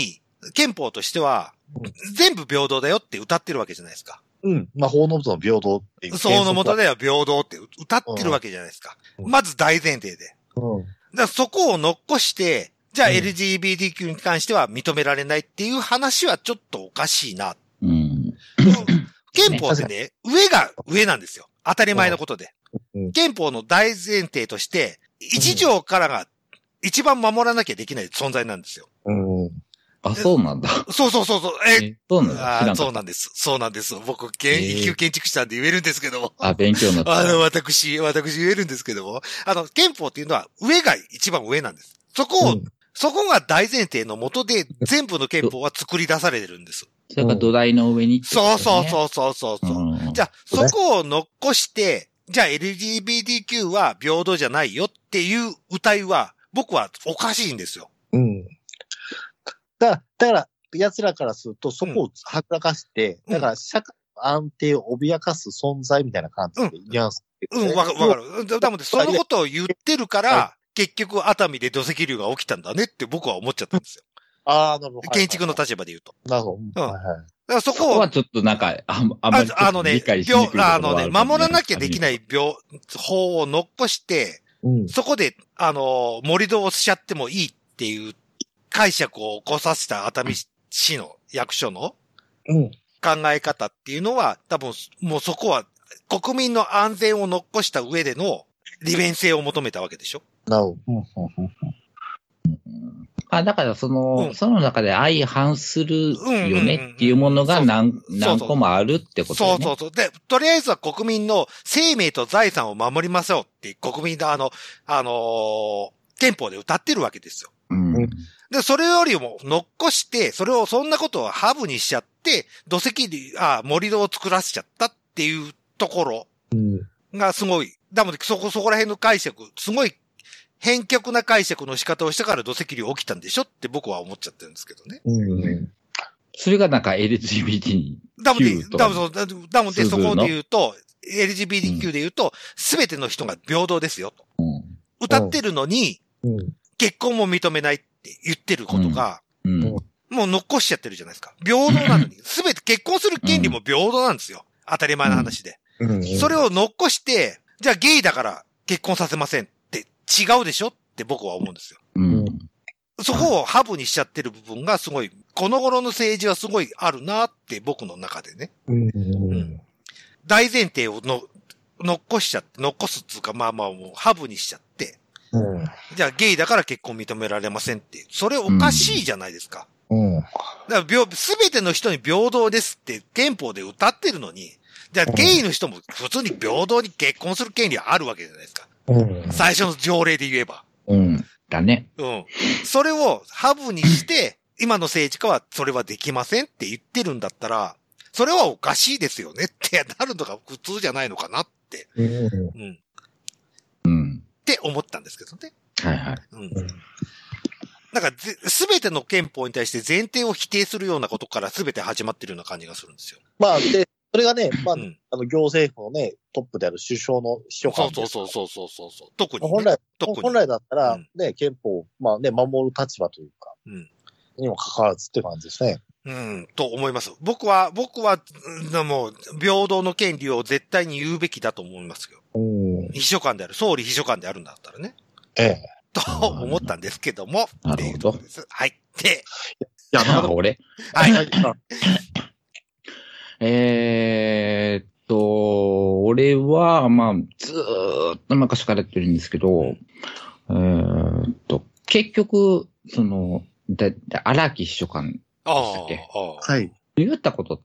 憲法としては、全部平等だよって歌ってるわけじゃないですか。 うん。まあ、法の下の平等っていう。 法の下では平等って歌ってるわけじゃないですか。うん、まず大前提で。うん。だからそこを残して、じゃあ エルジービーティーキュー に関しては認められないっていう話はちょっとおかしいな。うん。憲法ってね、上が上なんですよ。当たり前のことで。うん、憲法の大前提として、一条からが一番守らなきゃできない存在なんですよ。 うん。あ、そうなんだ。 そうそうそうそう。え、 えそうなんだ。 あそうなんです。そうなんです。僕、一級建築士なんで言えるんですけども。 あ、勉強になった。 あの、私、私言えるんですけども。あの、憲法っていうのは上が一番上なんです。そこを、うん、そこが大前提のもとで全部の憲法は作り出されてるんです。 それが土台の上に、ね、 そうそうそうそうそう、うん。じゃあ、そこを残して、じゃあ エルジービーティーキュー は平等じゃないよっていう歌いは、僕はおかしいんですよ。うん。 だから、だから、奴らからすると、そこをはぐらかして、うん、だから、社会の安定を脅かす存在みたいな感じで言います、 ね。うん、わ、うん、かる。だもんで、そのことを言ってるから、はい、結局、熱海で土石流が起きたんだねって僕は思っちゃったんですよ。 ああ、なるほど。 建築の立場で言うと。 なるほど。うん。はいはい。 だからそこを。 そこはちょっとなんか、あ、あんまりあのね、あのね、守らなきゃできない病、法を残して、うん、そこで、あの、盛り土をしちゃってもいいっていう解釈を起こさせた熱海市の役所の考え方っていうのは、多分、もうそこは国民の安全を残した上での利便性を求めたわけでしょ。 なるほど。 あ、だからその、うん、その中で相反するよねっていうものが何、何個もあるってことね。 そうそうそう。で、とりあえずは国民の生命と財産を守りましょうって国民のあの、あのー、憲法で歌ってるわけですよ。うん、で、それよりも残して、それをそんなことをハブにしちゃって、土石流、あ、盛り土を作らせちゃったっていうところがすごい、だもんそこ、そこら辺の解釈、すごい、偏極な解釈の仕方をしたから土石流起きたんでしょって僕は思っちゃってるんですけどね。うん、 それがなんか エルジービーティー に。 だもんで、だもんで、だもんでそこで言うと、エルジービーティーキュー で言うと、すべての人が平等ですよと。うん、歌ってるのに、うん、結婚も認めないって言ってることが、うんうん、もう残しちゃってるじゃないですか。平等なのに、すべて結婚する権利も平等なんですよ。当たり前の話で。うんうん、それを残して、じゃあゲイだから結婚させません。違うでしょって僕は思うんですよ。うん、そこをハブにしちゃってる部分がすごい、この頃の政治はすごいあるなって僕の中でね。うんうん、大前提をの残しちゃって、残すっていうかまあまあもうハブにしちゃって、うん、じゃあゲイだから結婚認められませんって、それおかしいじゃないですか。うん、だからすべての人に平等ですって憲法で歌ってるのに、じゃあゲイの人も普通に平等に結婚する権利はあるわけじゃないですか。うん、最初の条例で言えば。 うん。だね。 うん。それをハブにして、今の政治家はそれはできませんって言ってるんだったら、それはおかしいですよねってなるのが普通じゃないのかなって。うん。うん。うん。って思ったんですけどね。はいはい。うん。なんか、すべての憲法に対して前提を否定するようなことからすべて始まってるような感じがするんですよ。 まあ、で、それがね、まあ、うん、あの、行政府のね、トップである首相の秘書官です。 そうそうそうそうそう。特に、ね、 本来、本来だったら、ね、うん、憲法を、まあね、守る立場というか、うん、にも関わらずって感じですね。 うん、と思います。僕は、僕は、もう、平等の権利を絶対に言うべきだと思いますよ。うん、秘書官である、総理秘書官であるんだったらね。ええ。と思ったんですけども。 なるほど。 はい。で、 いや、なるほど。俺。はい。えーっと、俺は、まあ、ずーっと昔からやってるんですけど、えーっと、結局、その、だ、荒木秘書官でしたっけ？はい。言ったことって、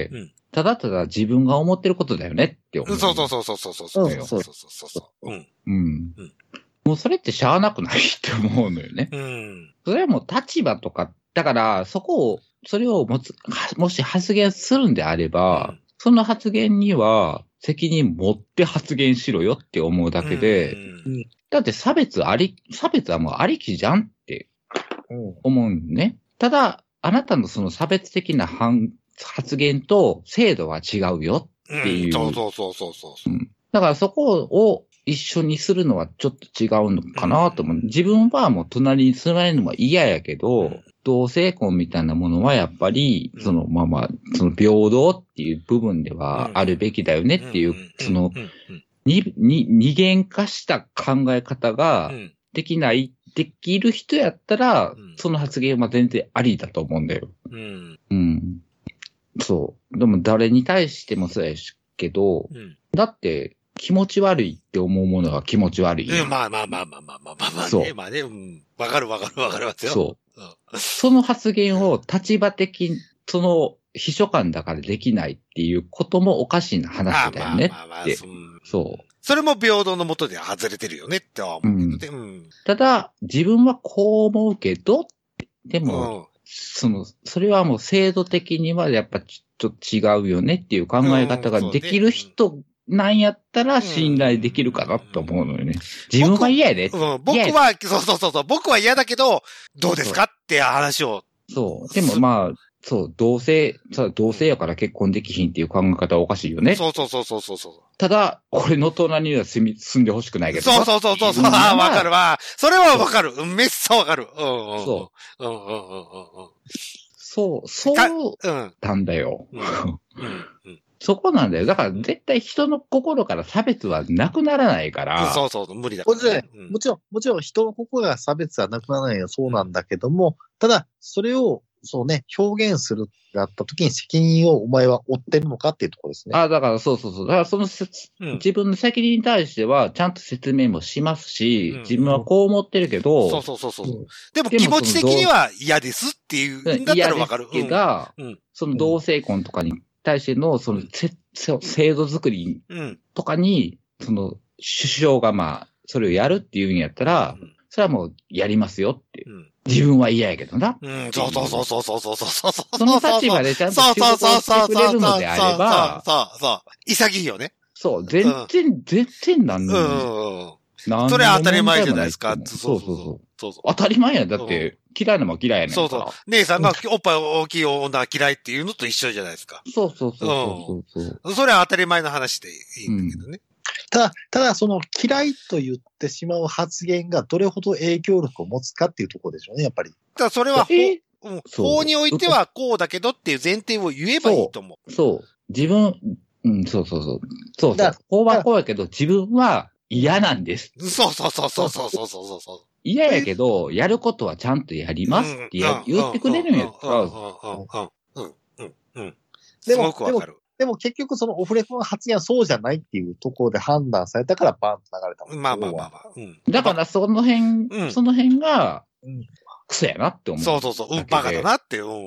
うん、ただただ自分が思ってることだよねって思う。 そうそうそうそうそうそうそう。そうそうそうそう。うん。うん。 もうそれってしゃあなくないって思うのよね。うん。それはもう立場とか、だからそこを、それをもつ、もし発言するんであれば、うん、その発言には責任持って発言しろよって思うだけで、うん、だって差別あり、差別はもうありきじゃんって思うね。ただ、あなたのその差別的な発言と制度は違うよっていう。うん、 そうそうそうそうそう、うん。 だからそこを一緒にするのはちょっと違うのかなと思う。自分はもう隣に住まれるのは嫌やけど、うん、同性婚みたいなものはやっぱり、そのまあまあ、その平等っていう部分ではあるべきだよねっていう、その、に、に、二元化した考え方ができない、できる人やったら、その発言は全然ありだと思うんだよ。うん。うん。そう。でも誰に対してもそうやしけど、うん、だって気持ち悪いって思うものは気持ち悪い。 うん、まあまあまあまあまあまあまあまあね。そう。まあね、うん。わかるわかるわかりますよ。 そう。うん、その発言を立場的、その秘書官だからできないっていうこともおかしな話だよねって。まあまあまあまあ、そう。そう。 それも平等の下で外れてるよねっては思うけどね。うん。 ただ、自分はこう思うけど、でも、うん、その、それはもう制度的にはやっぱちょっと違うよねっていう考え方ができる人なんやったら信頼できるかなと思うのよね。自分は嫌やで。 僕、うん、僕は、そうそうそうそう、僕は嫌だけど、どうですかって話を。 そう。でもまあ、そう、同性、同性やから結婚できひんっていう考え方はおかしいよね。 そうそうそうそうそうそう。 ただ、俺の隣には住み、住んでほしくないけど。 そうそうそうそう。ああ、わかるわ。それはわかる。めっさわかる。うんうん。 そう。うんうんうんうん。そう、そうなんだよ。うん。うん。そこなんだよ。だから絶対人の心から差別はなくならないから。 そうそう、無理だからね。もちろん、もちろん人の心から差別はなくならないのはそうなんだけども、ただ、それを、そうね、表現するってなった時に責任をお前は負ってるのかっていうところですね。 ああ、だからそうそうそう。だからその、うん、自分の責任に対してはちゃんと説明もしますし、うん、自分はこう思ってるけど。 そうそうそうそう。うん、でも気持ち的には嫌ですっていうんだったらわかる。 嫌ですけど、うん、その同性婚とかに対しての、その、せ制度作りとかに、その、首相がまあ、それをやるっていうんやったら、それはもうやりますよっていう。自分は嫌やけどな。 うん、そうそうそうそうそうそうそう。 その立場でちゃんと仕事をしてくれるのであれば、 そうそう。潔いよね。 そう、全然、全然なんの。 うん。それは当たり前じゃないですか。 そうそうそう。当たり前や。だって、嫌いなもん嫌いやねんから。 そうそう。姉さんがおっぱい大きい女は嫌いっていうのと一緒じゃないですか。 そうそうそうそう。 それは当たり前の話でいいんだけどね。 ただ、ただその嫌いと言ってしまう発言がどれほど影響力を持つかっていうところでしょうね、やっぱり。 ただそれは法、法においてはこうだけどっていう前提を言えばいいと思う。そう。そう自分、うん、そうそうそう。そうそう。法はこうやけど自分は嫌なんです。 そうそうそうそうそうそうそうそう。 嫌やけど、やることはちゃんとやりますってや、うん、言ってくれるんやったら。うん、うん、 うん、うん。 すごくわかる。でも結局そのオフレコの発言はそうじゃないっていうところで判断されたからバンと流れたもん。 まあまあまあまあ。 うん、だからその辺、うん、その辺が、うん、クソやなって思う。 そうそうそう。うん、バカだなって。うん。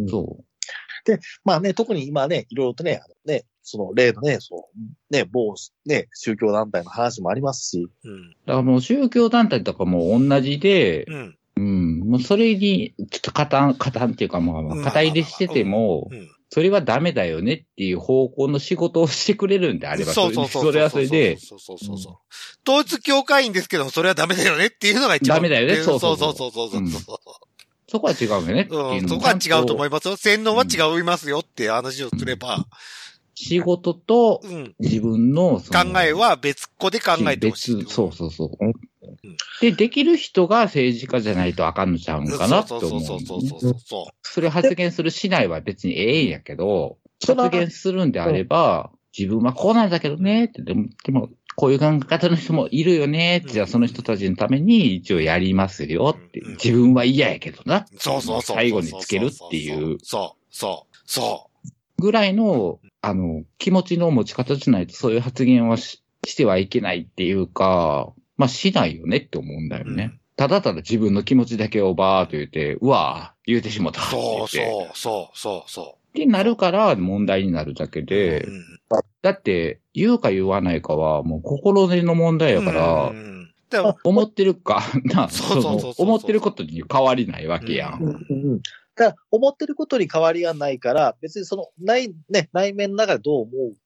そう。 で、まあね、特に今ね、いろいろとね、あのね、その例のね、そう、ね、某ね、宗教団体の話もありますし。 うん。だからもう宗教団体とかも同じで、うん。うん。もうそれに、ちょっと加担、加担っていうかまあ、肩入れしてても、うん。それはダメだよねっていう方向の仕事をしてくれるんであれば、 そうそうそう。 それはそれで。 そうそうそうそう。統一教会員ですけど、それはダメだよねっていうのが一番。 ダメだよね、 そうそうそうそうそうそう。 そこは違うよねっていううん、そこは違うと思いますよ。洗脳は違いますよっていう話をすれば。 仕事と自分の、 考えは別個で考えてほしい。 別、そうそうそう。で、できる人が政治家じゃないとあかんのちゃうんかなって思う。そうそうそうそうそう。それ発言するしないは別にええんやけど、発言するんであれば、自分はこうなんだけどねって、でも、でもこういう考え方の人もいるよねって、じゃあその人たちのために一応やりますよって、自分は嫌やけどな。 そうそうそう。 最後につけるっていう。 そう、そう、そう。 ぐらいの、あの、気持ちの持ち方じゃないとそういう発言は し, してはいけないっていうか、まあしないよねって思うんだよね。うん、ただただ自分の気持ちだけをバーっと言って、うわぁ、言うてしまったって言って。 そうそう、そうそう、そう。 ってなるから問題になるだけで、うん、だって言うか言わないかはもう心根の問題やから、うん、思ってるか、な、思ってることに変わりないわけやん。うんうんうんだから思ってることに変わりがないから、別にその内、ね、内面の中でどう思うか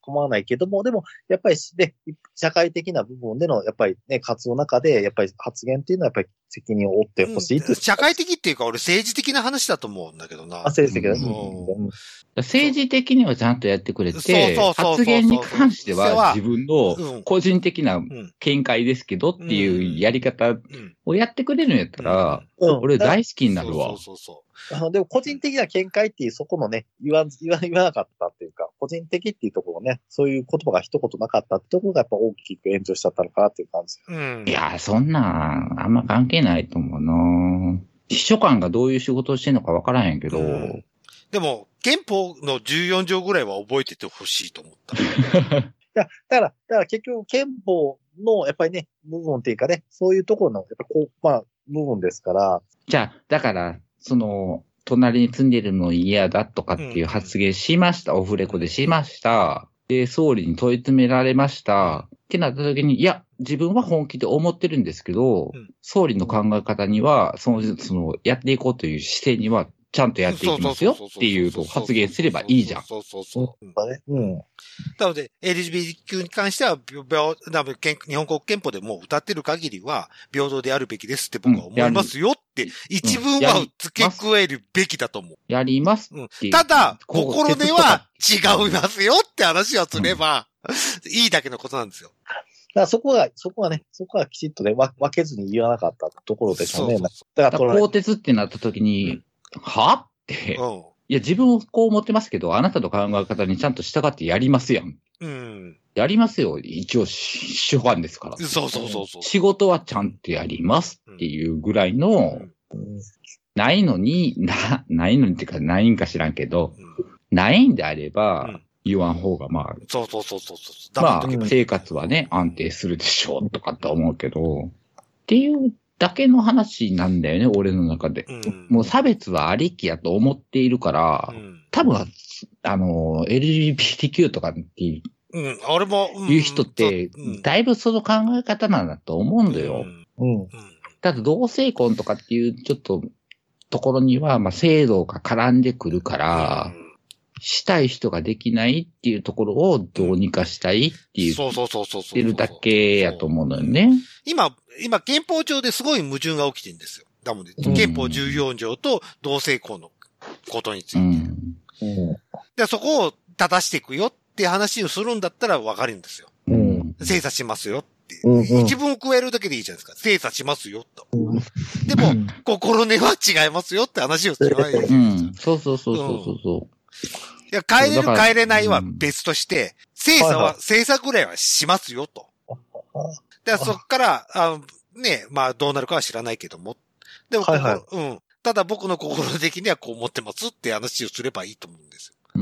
構わないけども、でも、やっぱりね、社会的な部分での、やっぱりね、活動の中で、やっぱり発言っていうのはやっぱり責任を負ってほしいと、うん。 社会的っていうか、俺政治的な話だと思うんだけどな。 あ、政治的な、 うんうん。政治的にはちゃんとやってくれて、そうそうそうそう発言に関しては自分の個人的な見解ですけどっていうやり方をやってくれるんやったら、うんうん、俺大好きになるわ。そうそうそうあのでも個人的な見解っていうそこのね、言わ言わ言わなかったっていうか、個人的っていうところね、そういう言葉が一言なかったってところがやっぱ大きく炎上しちゃったのかなっていう感じ。 うん、いや、そんな、あんま関係ないと思うな。秘書官がどういう仕事をしてるのかわからへんけど。うん、 でも、憲法のじゅうよん条ぐらいは覚えててほしいと思った。 いや、だから、だから結局憲法のやっぱりね、部分っていうかね、そういうところの、やっぱこう、まあ、部分ですから。 じゃあ、だから、その、隣に住んでるの嫌だとかっていう発言しました。うん、オフレコでしました。で、総理に問い詰められました。ってなった時に、いや、自分は本気で思ってるんですけど、うん、総理の考え方には、その、その、やっていこうという姿勢には、ちゃんとやっていきますよっていうと発言すればいいじゃん。そうそうそう。 うん。 なので、エルジービーティーキュー に関しては、日本国憲法でもう歌ってる限りは、平等であるべきですって僕は思いますよって、一文は付け加えるべきだと思う。 やりますって。 ただ、心では違いますよって話をすれば、いいだけのことなんですよ。 だからそこが、そこがね、そこはきちっとね、分けずに言わなかったところでしょうね。そうそうそう。 だから、更迭ってなった時に、うんはって、うん、いや、自分をこう思ってますけど、あなたの考え方にちゃんと従ってやりますやん。うん。やりますよ。一応、秘書官ですから。 そうそうそうそう。 仕事はちゃんとやりますっていうぐらいの、うんうん、ないのに、な、ないのにっていうか、ないんか知らんけど、うん、ないんであれば、うん、言わん方が、まあ、 そうそうそうそう。 まあ、生活はね、安定するでしょうとかって思うけど、っていう、だけの話なんだよね、俺の中で。うん、もう差別はありきやと思っているから、うん、多分、あの、エルジービーティーキュー とかっていう、 うん、俺も、 うん、いう人って、だいぶその考え方なんだと思うんだよ。うんうん、ただ、同性婚とかっていうちょっと、ところには、まあ、制度が絡んでくるから、うんしたい人ができないっていうところをどうにかしたいっていう。 そうそうそうそう。 ってるだけやと思うのよね。 今、今、憲法上ですごい矛盾が起きてるんですよ。なので、憲法じゅうよん条と同性婚のことについて。うんうん、でそこを正していくよって話をするんだったらわかるんですよ。うん、精査しますよって。うんうん、一文を加えるだけでいいじゃないですか。精査しますよと。うん、でも、うん、心根は違いますよって話をすればいいですよ。うん、 そうそうそうそうそう。うんいや、帰れる帰れないは別として、精査は、精査ぐらいはしますよと。で、そっから、あね、まあどうなるかは知らないけども。でも、はいはい、うん。ただ僕の心的にはこう思ってますって話をすればいいと思うんですよ。うん。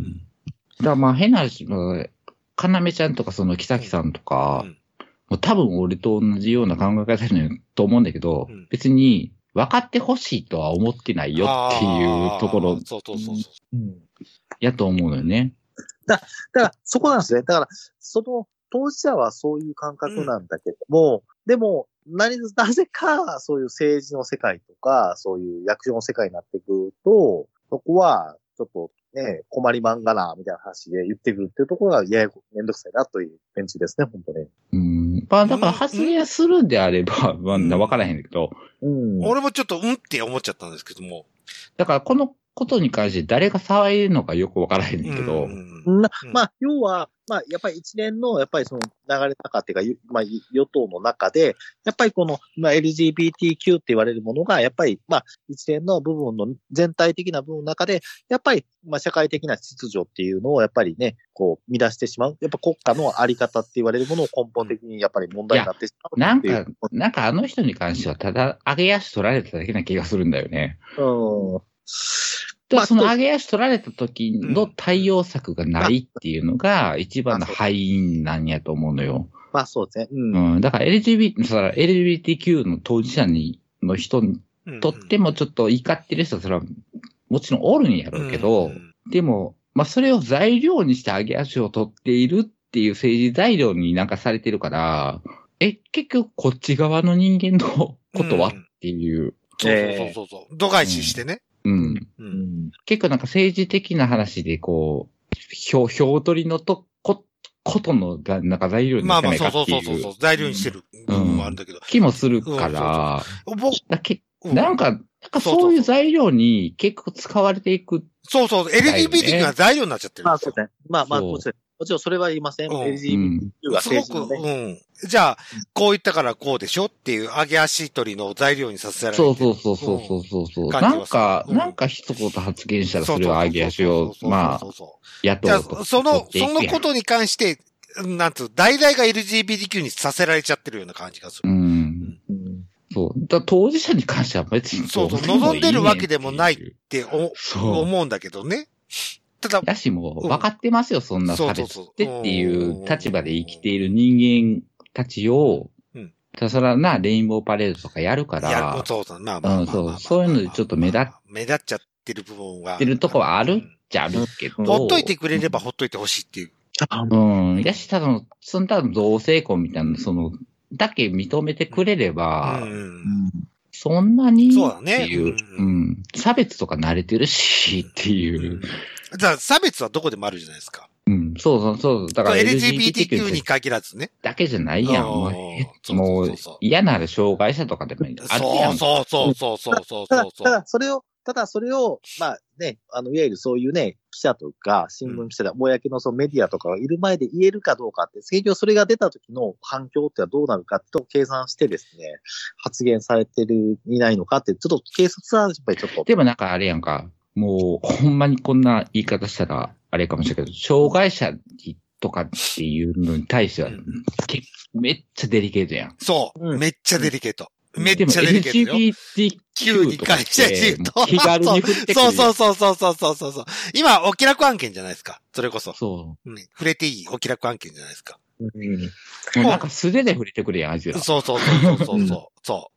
だからまあ変な話、かなめちゃんとかその木崎さんとか、うん、もう多分俺と同じような考え方だと思うんだけど、うん、別に分かってほしいとは思ってないよっていうところ。そうそうそうそう。うんやと思うのよね。 だ、だから、そこなんですね。だから、その、当事者はそういう感覚なんだけども、うん、でも、何、なぜか、そういう政治の世界とか、そういう役所の世界になってくると、そこは、ちょっとね、困りまんがな、みたいな話で言ってくるっていうところが、いや、めんどくさいなというベンチですね、本当に。 うん。まあ、だから発言するんであれば、まあ、わからへんだけど、 うん。俺もちょっと、うんって思っちゃったんですけども。 だから、この、ことに関して誰が騒いでるのかよくわからへんねんけど。 うんなまあ、要は、まあ、やっぱり一連の、やっぱりその流れの中っていうか、まあ、与党の中で、やっぱりこの、まあ、エルジービーティーキュー って言われるものが、やっぱり、まあ、一連の部分の全体的な部分の中で、やっぱり、まあ、社会的な秩序っていうのを、やっぱりね、こう、乱してしまう。やっぱ国家のあり方って言われるものを根本的にやっぱり問題になってしまうなんか、なんかあの人に関しては、ただ、上げ足取られただけな気がするんだよね。うん。まあ、その上げ足取られた時の対応策がないっていうのが一番の敗因なんやと思うのよ。 まあそうですね。 うん。うん、だから エルジービーティー、そら エルジービーティーキュー の当事者に、の人にとってもちょっと怒ってる人はそれはもちろんおるんやろうけど、うん、でも、まあそれを材料にして上げ足を取っているっていう政治材料になんかされてるから、え、結局こっち側の人間のことは、うん、っていう。 そうそうそうそう。度外視してね。 うんうんうん、結構なんか政治的な話でこう、票、票取りのとこことの、なんか材料になってないかっていう。 まあまあ、そうそうそうそう、材料にしてる部分もあるんだけど。 うん、気もするから、 うん、そうそうだけなんか、なんかそういう材料に結構使われていく、ね。 そうそう、エルジービーティーキュー が材料になっちゃってる。 まあそうですね。まあまあ、もちろんそれは言いません。うん、エルジービーティーキュー が政治の、ね、 すごく、うん。じゃあ、こう言ったからこうでしょっていう揚げ足取りの材料にさせられてる。 そうそうそうそうそうそう、うん。なんか、うん、なんか一言発言したらそれは揚げ足を、まあ、やっとうと。 その、そのことに関して、なんつう、代々が エルジービーティーキュー にさせられちゃってるような感じがする。 うん。うんそう。だ当事者に関しては別にそうそう、望んでるわけでもないって思うんだけどね。ただ、 だしも、分かってますよ、うん、そんな差別ってっていう立場で生きている人間たちを、うん、ただそらな、レインボーパレードとかやるから、 やるそうそう、まあまあ、 うん、そう、そういうのでちょっと目立っ目立っちゃってる部分は。 てるとこはあるっちゃあるけど。 ほっといてくれればほっといてほしいっていう。 うん。やし、ただの、その多分同性婚みたいな、その、だけ認めてくれれば、うん、そんなに、 そうだね。 っていう、うん。差別とか慣れてるし、っていう。うん、 だから差別はどこでもあるじゃないですか。 うん。そうそうそう。だからエルジービーティーキュー に限らずね。 だけじゃないやん。もう、もう嫌なら障害者とかでもいい。 あるやん。そうそうそうそうそうそう。 ただ、それを、ただそれを、まあね、あの、いわゆるそういうね、記者とか、新聞記者で、公のそのメディアとかがいる前で言えるかどうかって、結局それが出た時の反響ってどうなるかと計算してですね、発言されてる、いないのかって、ちょっと警察はやっぱりちょっと。 でもなんかあれやんか、もう、ほんまにこんな言い方したら、あれかもしれないけど、障害者とかっていうのに対しては、うん、めっちゃデリケートやん。 そう。うん、めっちゃデリケート。めっちゃデリケートよ。 エルジービーティーキューに関して言うと。 気軽に振ってくる。 そうそうそうそうそうそうそう。今、お気楽案件じゃないですか。それこそ。 そう。 うん、触れていいお気楽案件じゃないですか。 うん。もうなんか素手で触れてくれやん、あいつら。 そうそうそうそうそうそう。そう。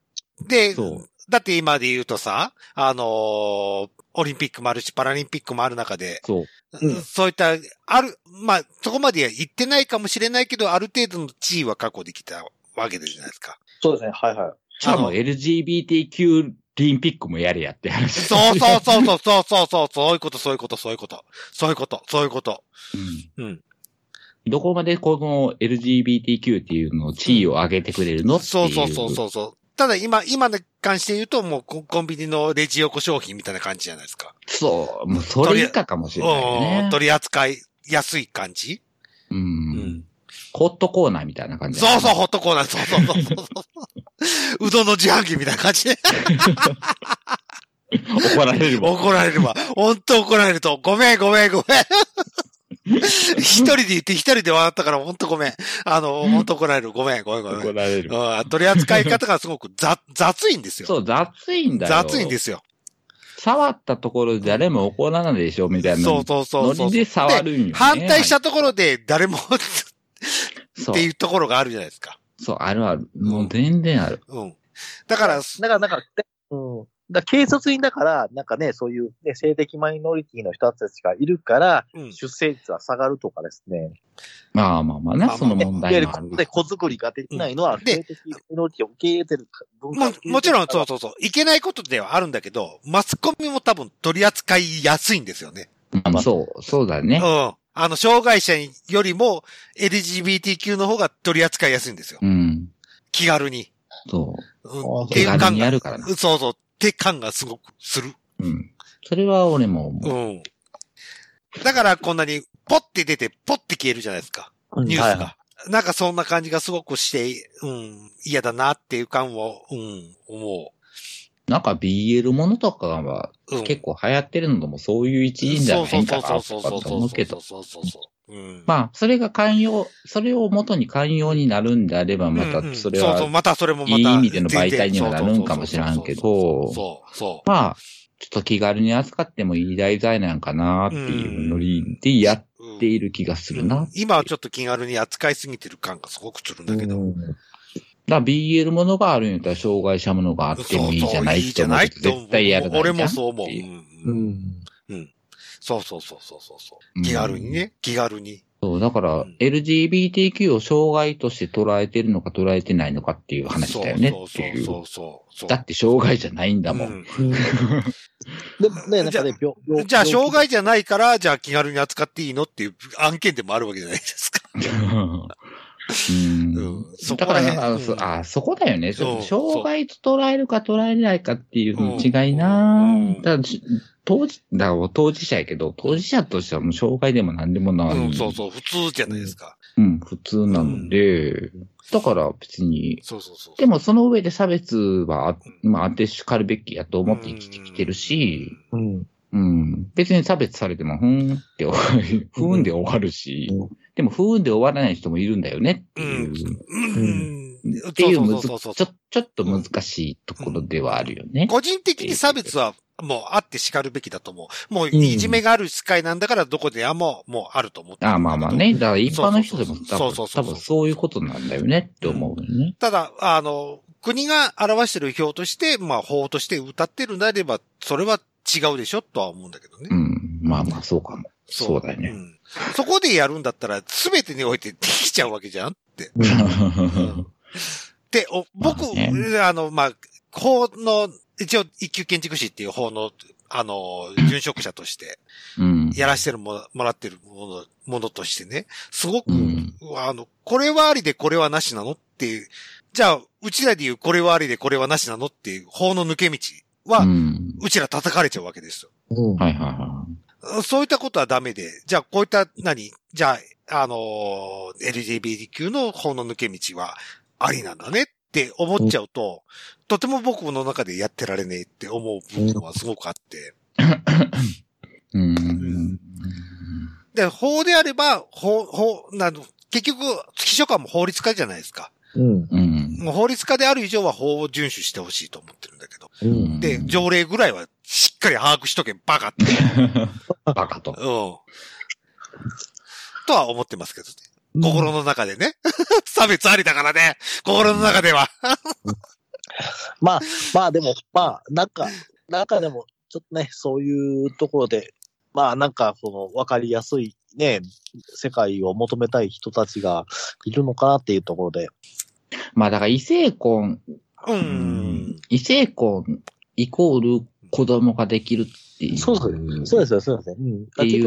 で、そうだって今で言うとさ、あのー、オリンピックもあるし、パラリンピックもある中で、 そう。 うん、そういった、ある、まあ、そこまでは言ってないかもしれないけど、ある程度の地位は確保できたわけじゃないですか。 そうですね、はいはい。 しかも エルジービーティーキュー リンピックもやれやって話。 そうそうそうそうそうそうそう、そういうこと、そういうこと、そういうこと、そういうこと、そういうこと。うん。うん。 どこまでこの エルジービーティーキュー っていうのを地位を上げてくれるの、うん、 そうそうそうそうそう。ただ今、今に関して言うと、もうコンビニのレジ横商品みたいな感じじゃないですか。 そう。もうそれ以下かもしれないね。 取り扱いやすい感じ。 うん。うん、ホットコーナーみたいな感じ、 ね。そうそう、ホットコーナー。そうそうそうそう。うどんの自販機みたいな感じね。 怒られるわ。 怒られるわ。ほんと怒られると。ごめん、ごめん、ごめん。一人で言って一人で笑ったからほんとごめん。あの、ほんと怒られる。ごめん、ごめん、ごめん。 怒られる。 うん、取り扱い方がすごく雑、雑いんですよ。 そう、雑いんだよ。 雑いんですよ。 触ったところで誰も怒らないでしょみたいな。 そうそうそうそう。 ノリで触るんよ、ね。 反対したところで誰もっていうところがあるじゃないですか。 そう、あるある。もう全然ある。 うん。うん、だから、 だから、なんか、うん。だ警察にだから、なんかね、そういう、ね、性的マイノリティの人たちがいるから、うん、出生率は下がるとかですね。 まあまあまあね、その問題もある。で、子作りができないのは、性的マイノリティを受け入れてる文化も。もちろん、そうそうそう。いけないことではあるんだけど、マスコミも多分取り扱いやすいんですよね。 まあ、そう、そうだね。 うん。あの、障害者よりも エルジービーティーキュー の方が取り扱いやすいんですよ。 うん。 気軽に。 そう。 うん。 気軽にやるからな。 そうそう。って感がすごくする。 うん。それは俺も思う。うん。だからこんなにポッて出てポッて消えるじゃないですか。ニュースが。はいはい、なんかそんな感じがすごくして、うん、嫌だなっていう感を、うん、思う。 なんか ビーエル ものとかは結構流行ってるのもそういう一因じゃないかなと思うけど。 そうそうそう。うん、 まあ、それが寛容、それを元に寛容になるんであれば、またそれは、 そうそう、またそれもまた。 いい意味での媒体にはなるんかもしらんけど、 そうそう。 まあ、ちょっと気軽に扱ってもいい題材なんかなっていうノリでやっている気がするな。 うんうん、今はちょっと気軽に扱いすぎてる感がすごくするんだけど。うんだから ビーエル ものがあるんやったら障害者ものがあってもいいじゃないって思うけど絶対やらないじゃん。 俺もそう思う。うん。 うん。 うん。そうそうそうそうそう。気軽にね、気軽に。 そう、だから、エルジービーティーキュー を障害として捉えてるのか捉えてないのかっていう話だよねっていう。 そうそうそう。 だって障害じゃないんだもん。うん、 でもね、なんかね、 じゃあ、障害じゃないから、じゃあ気軽に扱っていいのっていう案件でもあるわけじゃないですか。 うんうん、そだから、うん、そあ、そこだよね。障害と捉えるか捉えないかっていうの違いな、うん、だ当事、だ当事者やけど、当事者としてはもう障害でも何でもない。 うん、そうそう、普通じゃないですか。 うん、普通なので、うん、だから別に、 そうそうそう。 でもその上で差別は、まあ、あってしかるべきやと思って生きてきてるし、うん。うん。別に差別されても、ふーんって終わる、ふーんで終わるし、うん、でもふーんで終わらない人もいるんだよねっていう。うん。うん、っていうむず、ちょ、ちょっと難しいところではあるよね。 個人的に差別は、もうあって叱るべきだと思う。もういじめがある世界なんだからどこでももうあると思ってる。 ああまあまあね。だから一般の人でも多分多分そういうことなんだよねって思うよね。うん、 ただ、あの、国が表している表として、まあ法として歌ってるんであれば、それは違うでしょとは思うんだけどね。 うん。まあまあそうかも。そう、そうだよね、うん。 そこでやるんだったら全てにおいてできちゃうわけじゃんって。うん、で、お僕、まあね、あの、まあ、法の、一応一級建築士っていう法の、あの、殉職者として、やらしてるも、もらってるもの、ものとしてね、すごく、うん、あの、これはありでこれはなしなのっていう、じゃあ、うちらで言うこれはありでこれはなしなのっていう法の抜け道は、うん、うちら叩かれちゃうわけですよ。 うん、はいはいはい。 そういったことはダメで、じゃあこういった何、じゃあ、あの、エルジービーティーキュー の法の抜け道はありなんだねって思っちゃうと、うん、とても僕の中でやってられねえって思う部分はすごくあって。うんうん、で、法であれば、法、法、なの、結局、月書館も法律家じゃないですか。うんうん、もう法律家である以上は法を遵守してほしいと思ってるんだけど。うん、で、条例ぐらいはしっかり把握しとけ、バカって。 バカと。うん。 とは思ってますけどね。心の中でね。差別ありだからね。心の中では。 まあ、まあでも、まあ、なんか、なんかでも、ちょっとね、そういうところで、まあなんか、その、わかりやすいね、世界を求めたい人たちがいるのかなっていうところで。 まあだから異性婚、うん、異性婚イコール子供ができるっていう。 そうそう。そうですよ、そうですよ。うん。 っていう、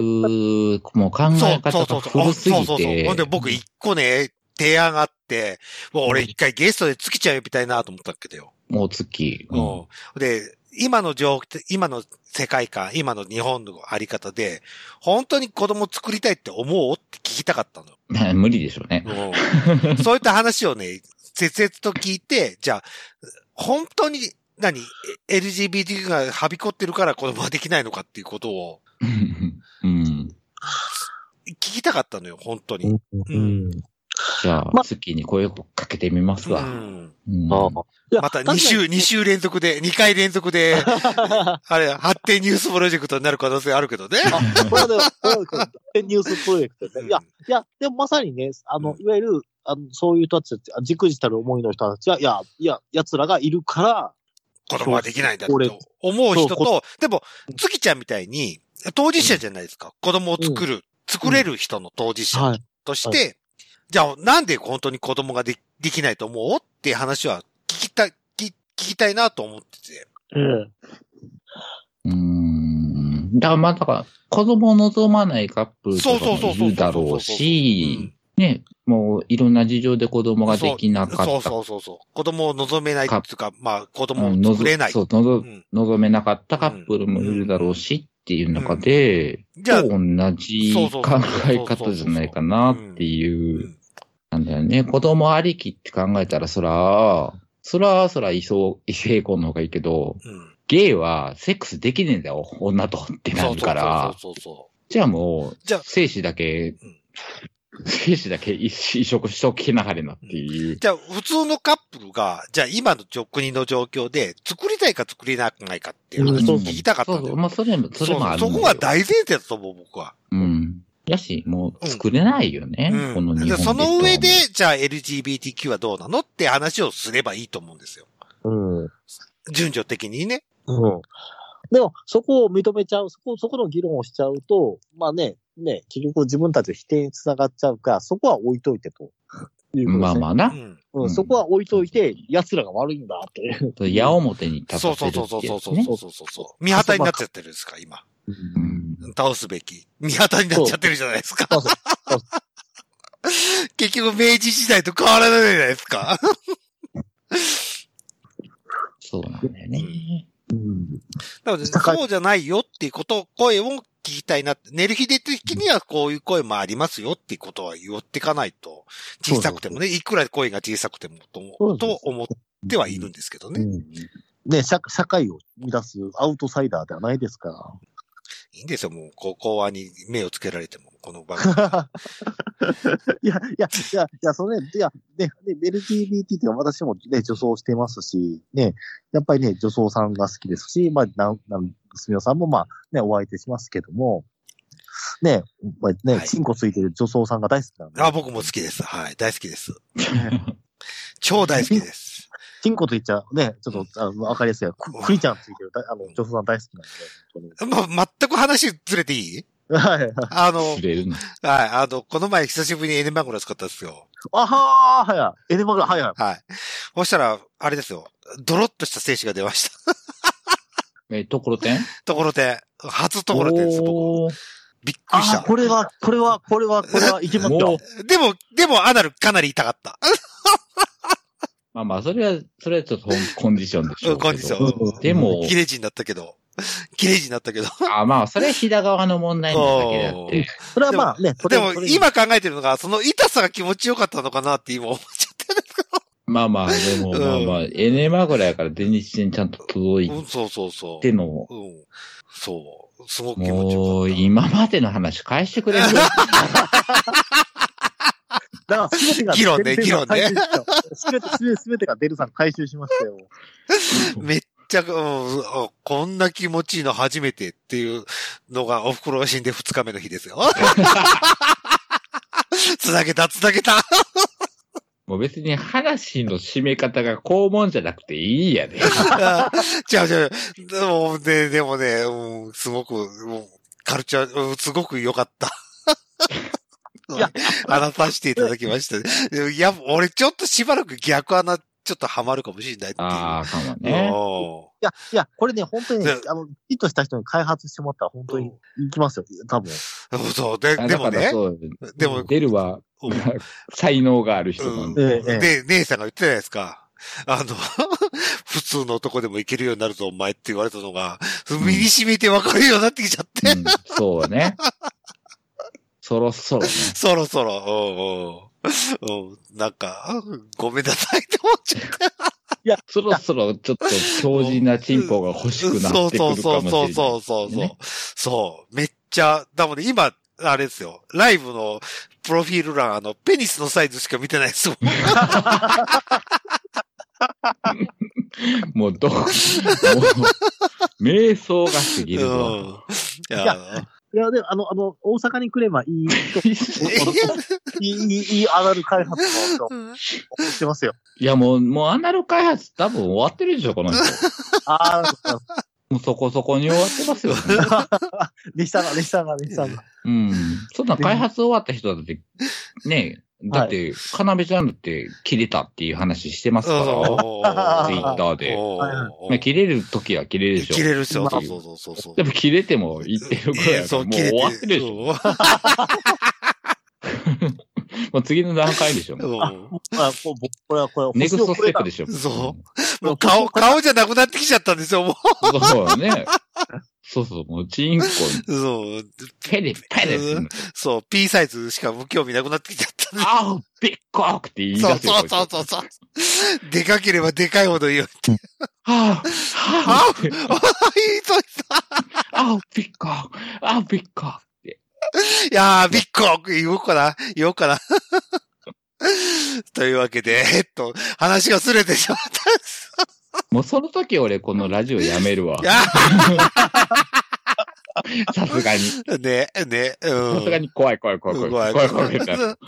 もう考え方が古すぎて。そうそうそう。 ほんで僕一個ね、提案があって、もう俺一回ゲストで月ちゃん呼びたいなと思ったっけどよ。 もう月。 うん。で、今の状況、今の世界観、今の日本のあり方で、本当に子供作りたいって思うって聞きたかったの。 無理でしょうね。 うん、そういった話をね、切々と聞いて、じゃあ、本当に何、エルジービーティーキュー がはびこってるから子供はできないのかっていうことを、うん、聞きたかったのよ、本当に。うんうん、 じゃあ、ま、月に声をかけてみますわ。うんうん、 またに週、に週連続で、にかい連続で、あれ、発展ニュースプロジェクトになる可能性あるけどね。 あ、これはでも、発展ニュースプロジェクトね。いや、いや、でもまさにね、あの、いわゆる、あの、そういう人たち、じくじたる思いの人たちは、いや、いや、奴らがいるから、 子供はできないんだと思う人と、でも、月ちゃんみたいに、当事者じゃないですか。子供を作る、うん、作れる人の当事者として、はいはい、じゃあ、なんで本当に子供がで、できないと思うっていう話は聞きたい、聞きたいなと思ってて。うん。 うーん。だからまあ、だから、子供を望まないカップルとかもいるだろうし、ね、もういろんな事情で子供ができなかった。 そうそうそうそう。子供を望めないっていうか、まあ、子供を作れない。 そう、望、うん、望めなかったカップルもいるだろうしっていう中で、うん、じゃあ、同じ考え方じゃないかなっていう。なんだよね。子供ありきって考えたら、そら、そら、そら、異性、異性婚の方がいいけど、うん、ゲイはセックスできねえんだよ、女とってなるから。そうそうそうそう。じゃあもう、じゃあ精子だけ、うん、精子だけ移植しとけなはれなっていう。 じゃあ、普通のカップルが、じゃあ今の国の状況で、作りたいか作りなくないかっていう話を聞きたかったんだよ。そうそう、 まあ、それも、それもある。 そこが大前提だと思う、僕は。 うん。やし、もう作れないよね。うん、この日本で。 その上で、じゃあ エルジービーティーキュー はどうなのって話をすればいいと思うんですよ。うん。順序的にね。うん。 でも、そこを認めちゃう、そこ、そこの議論をしちゃうと、まあね、ね、結局自分たちの否定につながっちゃうから、そこは置いといてと。 まあまあな。 うん。うん、そこは置いといて、奴らが悪いんだって。 矢面に立たせるって、ね。 そうそうそうそうそうそうそうそう。見旗になっちゃってるんですか、今。うん、倒すべき。見旗になっちゃってるじゃないですか。そうそうそう結局明治時代と変わらないじゃないですか。 そうなんだよね。 うん。なので、そうじゃないよっていうこと、声を聞きたいなって、寝る日で的にはこういう声もありますよっていうことは言っていかないと、小さくてもね、いくら声が小さくてもと思と思ってはいるんですけどね。うんうん、 ね社、社会を乱すアウトサイダーではないですから。 いいんですよ、もう、こう、公安に目をつけられても、この番組。 いや、いや、いや、いや、そのね、いや、ね、エルジービーティー っていうのは私もね、女装してますし、ね、やっぱりね、女装さんが好きですし、まあ、なん、なん、すみおさんもまあ、ね、お相手しますけども、ね、まあ、ね、チンコついてる女装さんが大好きなんで。 あ、僕も好きです。はい、大好きです。超大好きです。 チンコと言っちゃね、ちょっと、あの、わかりやすい。クリちゃんついてる、あの、女装さん大好きなんで。まあ、全く話ずれていいはい。 あの、はい、あの、この前久しぶりにエネマグラ使ったんですよ。 あはー、はい。エネマグラ、はいはい。 はい。そしたら、あれですよ。ドロッとした精子が出ました。 え、ところてんところてん。初ところてんです、僕。びっくりした。 あ、これは、これは、これは、これは、いけますよ。 でも、でも、アナルかなり痛かった。 まあまあ、それは、それはちょっとコンディションでしょうけど。 コンディション。 でも、 切れ字になったけど。切れ字になったけど。 あまあ、それは飛騨側の問題なだけであって。 それはまあね、 でも、でも今考えてるのが、その痛さが気持ちよかったのかなって今思っちゃってるんですけど。 まあまあ、でも、まあまあ、エネマグラやから前日にちゃんと届いての。 うん、そうそうそう。 っての。 うん。そう。すごく気持ちよかった。もう、 今までの話返してくれる。 だから、すべてが、 議論ね、議論ね。 すべて、すべてがデルさん回収しましたよ。 めっちゃ、うん、こんな気持ちいいの初めてっていうのがお袋が死んでふつかめの日ですよ。つなげた、つなげた。 もう別に話の締め方が肛門じゃなくていいやね。 違う違う。でもね、でもね、うん、すごく、うん、カルチャー、うん、すごく良かった。いや、穴させていただきました。いや、俺ちょっとしばらく逆穴ちょっとハマるかもしれないっていう。 ああ、かもね。 いや、いや、これね、本当にね、あの、ヒットした人に開発してもらったら本当にいきますよ、多分。 そう、で、でもね。 でも、デルは、才能がある人なんで。 で、姉さんが言ってたじゃないですか。あの、普通の男でもいけるようになるぞ、お前って言われたのが、身に染みて分かるようになってきちゃって。 うん、そうね。そろそろね。 そろそろ、うんうん。うん、なんか、ごめんなさいって思っちゃった。 いや、そろそろちょっと強靭なチンポが欲しくなってくるかもしれない、ね。 そうそうそうそうそう。そう。めっちゃ、だもんね、今、あれですよ。ライブのプロフィール欄、あの、ペニスのサイズしか見てないですもん。 もうどう、もう、瞑想が過ぎるぞ。うん、 いや、いや、でも、あの、あの、大阪に来ればいい、いい、いいアナル開発の、思ってますよ。 いや、もう、もうアナル開発多分終わってるでしょ、この人。 ああ、 もうそこそこに終わってますよ、ね。 でしたが、でしたが、でしたが。 うん。そんな開発終わった人だって、ねえ、だって、かなべちゃんだって切れたっていう話してますから、ツイッターで。まあ、切れるときは切れるでしょ。 切れるでしょ、そうそうそうそう。 でも切れても言ってるくらいはもう終わってるでしょ。もう次の段階でしょ。もうあ、これはこれ、 ネクストステップでしょ。 そう。もう顔、顔じゃなくなってきちゃったんですよ、もう。 そうね。そうそう、もうチンコ。 そう。 ペリペリ。 そう、P サイズしか無興味なくなってきちゃった。 ああ、ビッコークって言い出すよ。 そうそうそうそう。でかければでかいほど言うって。 はぁ、はぁ、 はぁ、言いそうした。 ああ、ビッコーク、ああ、ビッコークって。 いやー、ビッコーク言おうかな、言おうかな。というわけで、えっと、話がすれてしまったんです。 もうその時俺このラジオやめるわ。さすがに。 ね、ね、うん。 さすがに怖い怖い怖い怖い。怖い怖い怖い。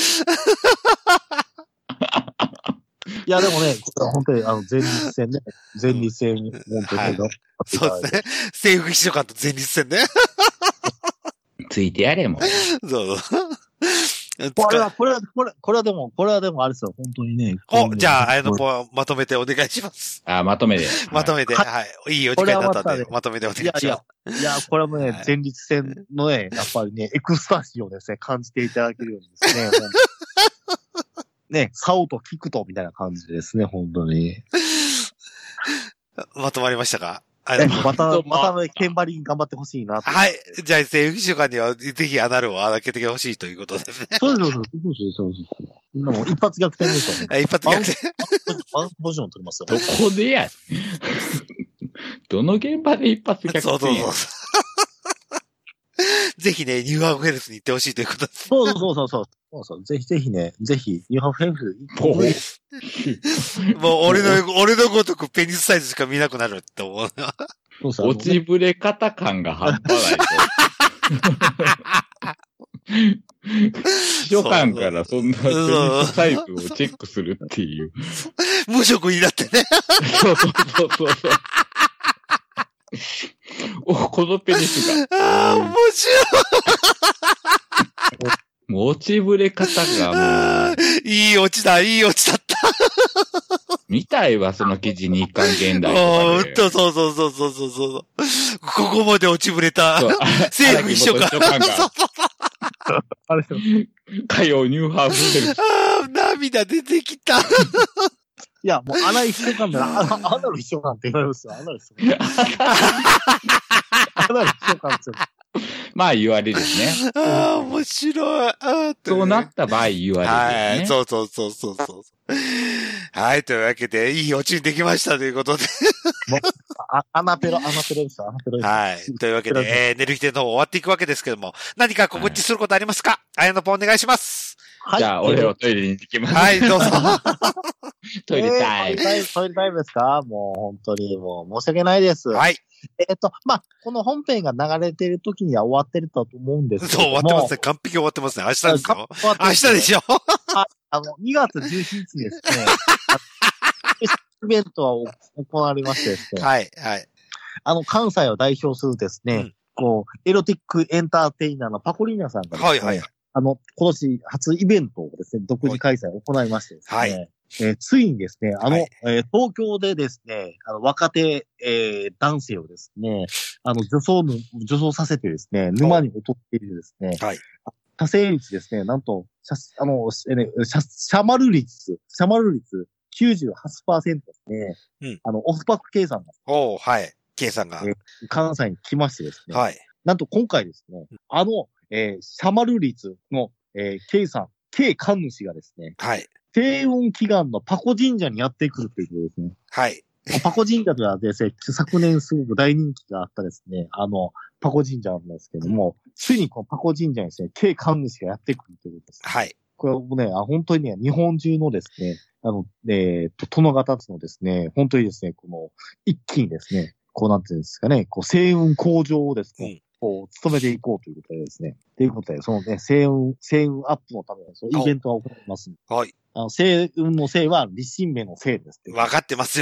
いや、でもね、本当に、あの、前日戦ね。前日戦、本当に、はい。 そうですね。政府秘書官と前日戦ね。 ついてやれも。 そう。 これは、これは、これ、これはでも、これはでもあれですよ、本当にね。 お、じゃあ、あやのぽはまとめてお願いします。 あ、まとめて。 まとめて、はい。いいお時間になったんで、まとめてお願いします。いやいや、いや、これもね、前日戦のね、やっぱりね、エクスタシーをですね、感じていただけるようにですね。 ね、サオと聞くとみたいな感じですね、本当に。 まとまりましたか？ また、またね、ケンバリン頑張ってほしいな。 はい。じゃあ、政府秘書官にはぜひアナルを開けてほしいということですね。 そうです、そうです、そうです。今も一発逆転ですよね。 一発逆転。 ワンポジション取りますよ。 どこでやどの現場で一発逆転？ そうそうそう。ぜひね、ニューハーフヘルスに行ってほしいということです。 そうそうそうそう。そうそう。ぜひぜひね、ぜひ、ニューハーフヘルス行ってほしい。 もう、俺の、俺のごとくペニスサイズしか見なくなるって思う。 そうそう。落ちぶれ方感が半端ないと。秘書官からそんなペニスサイズをチェックするっていう。 無職になってね。 そうそうそうそう。お、このペニスが。 ああ、面白い。 もう落ちぶれ方がもう。 いい落ちだ、いい落ちだった。 見たいわ、その記事、日刊現代とかで。 ほんと、そうそうそうそうそうそう。ここまで落ちぶれた。政府秘書官。 あれ火曜ニューハーフヘルス。 ああ、涙出てきた。 いや、もう、アナル秘書官だな。アナル秘書官って言われますよ。アナル秘書官。アナル秘書官ですよ。 まあ言われるね。 ああ、面白い。 そうなった場合言われる、ね。 はい。そうそうそうそうそう。はい。というわけで、いいオチにできましたということで。 あアナペロ、アナペロです。アナペロです。 はい。というわけで、えー、寝る日での方終わっていくわけですけども、何か告知することありますか？あやのぽんお願いします。 はい。じゃあ、俺をトイレに行ってきます。 はい、どうぞ。 トイレタイム。 トイレタイムですか？もう本当にもう申し訳ないです。はい。えっと、まあ、この本編が流れている時には終わってると思うんですけども。 そう、終わってますね。完璧終わってますね。明日ですよ。明日でしょ。 あ、あの、にがつじゅうしちにちですね。イベントは行われましてですね。 はい、はい。 あの、関西を代表するですね、うん、こう、エロティックエンターテイナーのパコリーナさんがですね、はいはいはい。あの、今年初イベントをですね、独自開催を行いましてですね、はい。えー、ついにですね、あの、はい、えー、東京でですね、あの、若手、えー、男性をですね、あの、女装の、女装させてですね、沼に劣っているですね、はい。多生率ですね、なんと、シャ、あの、えーね、シャ、シャマル率、シャマル率 きゅうじゅうはちパーセント ですね、うん。あの、オフパック計算が。 おー、はい。計算が。えー、 関西に来ましてですね、 はい。 なんと今回ですね、あの、えー、シャマル率の、えー、計算、K 神主がですね、 はい。 低温祈願のパコ神社にやってくるということですね。 はい。 パコ神社とはですね、昨年すごく大人気があったですね、あの、パコ神社なんですけども、うん、ついにこのパコ神社にですね、K 神主がやってくるということです、ね。 はい。 これもね、本当にね、日本中のですね、あの、えー、と、殿方のですね、本当にですね、この、一気にですね、こうなんていうんですかね、こう、星雲向上をですね、うん、こう、努めていこうということでですね。ということで、そのね、星雲、星雲アップのための、そうイベントが行われます。 はい。 あの、星雲の星は、立身名の星です。 わかってますよ。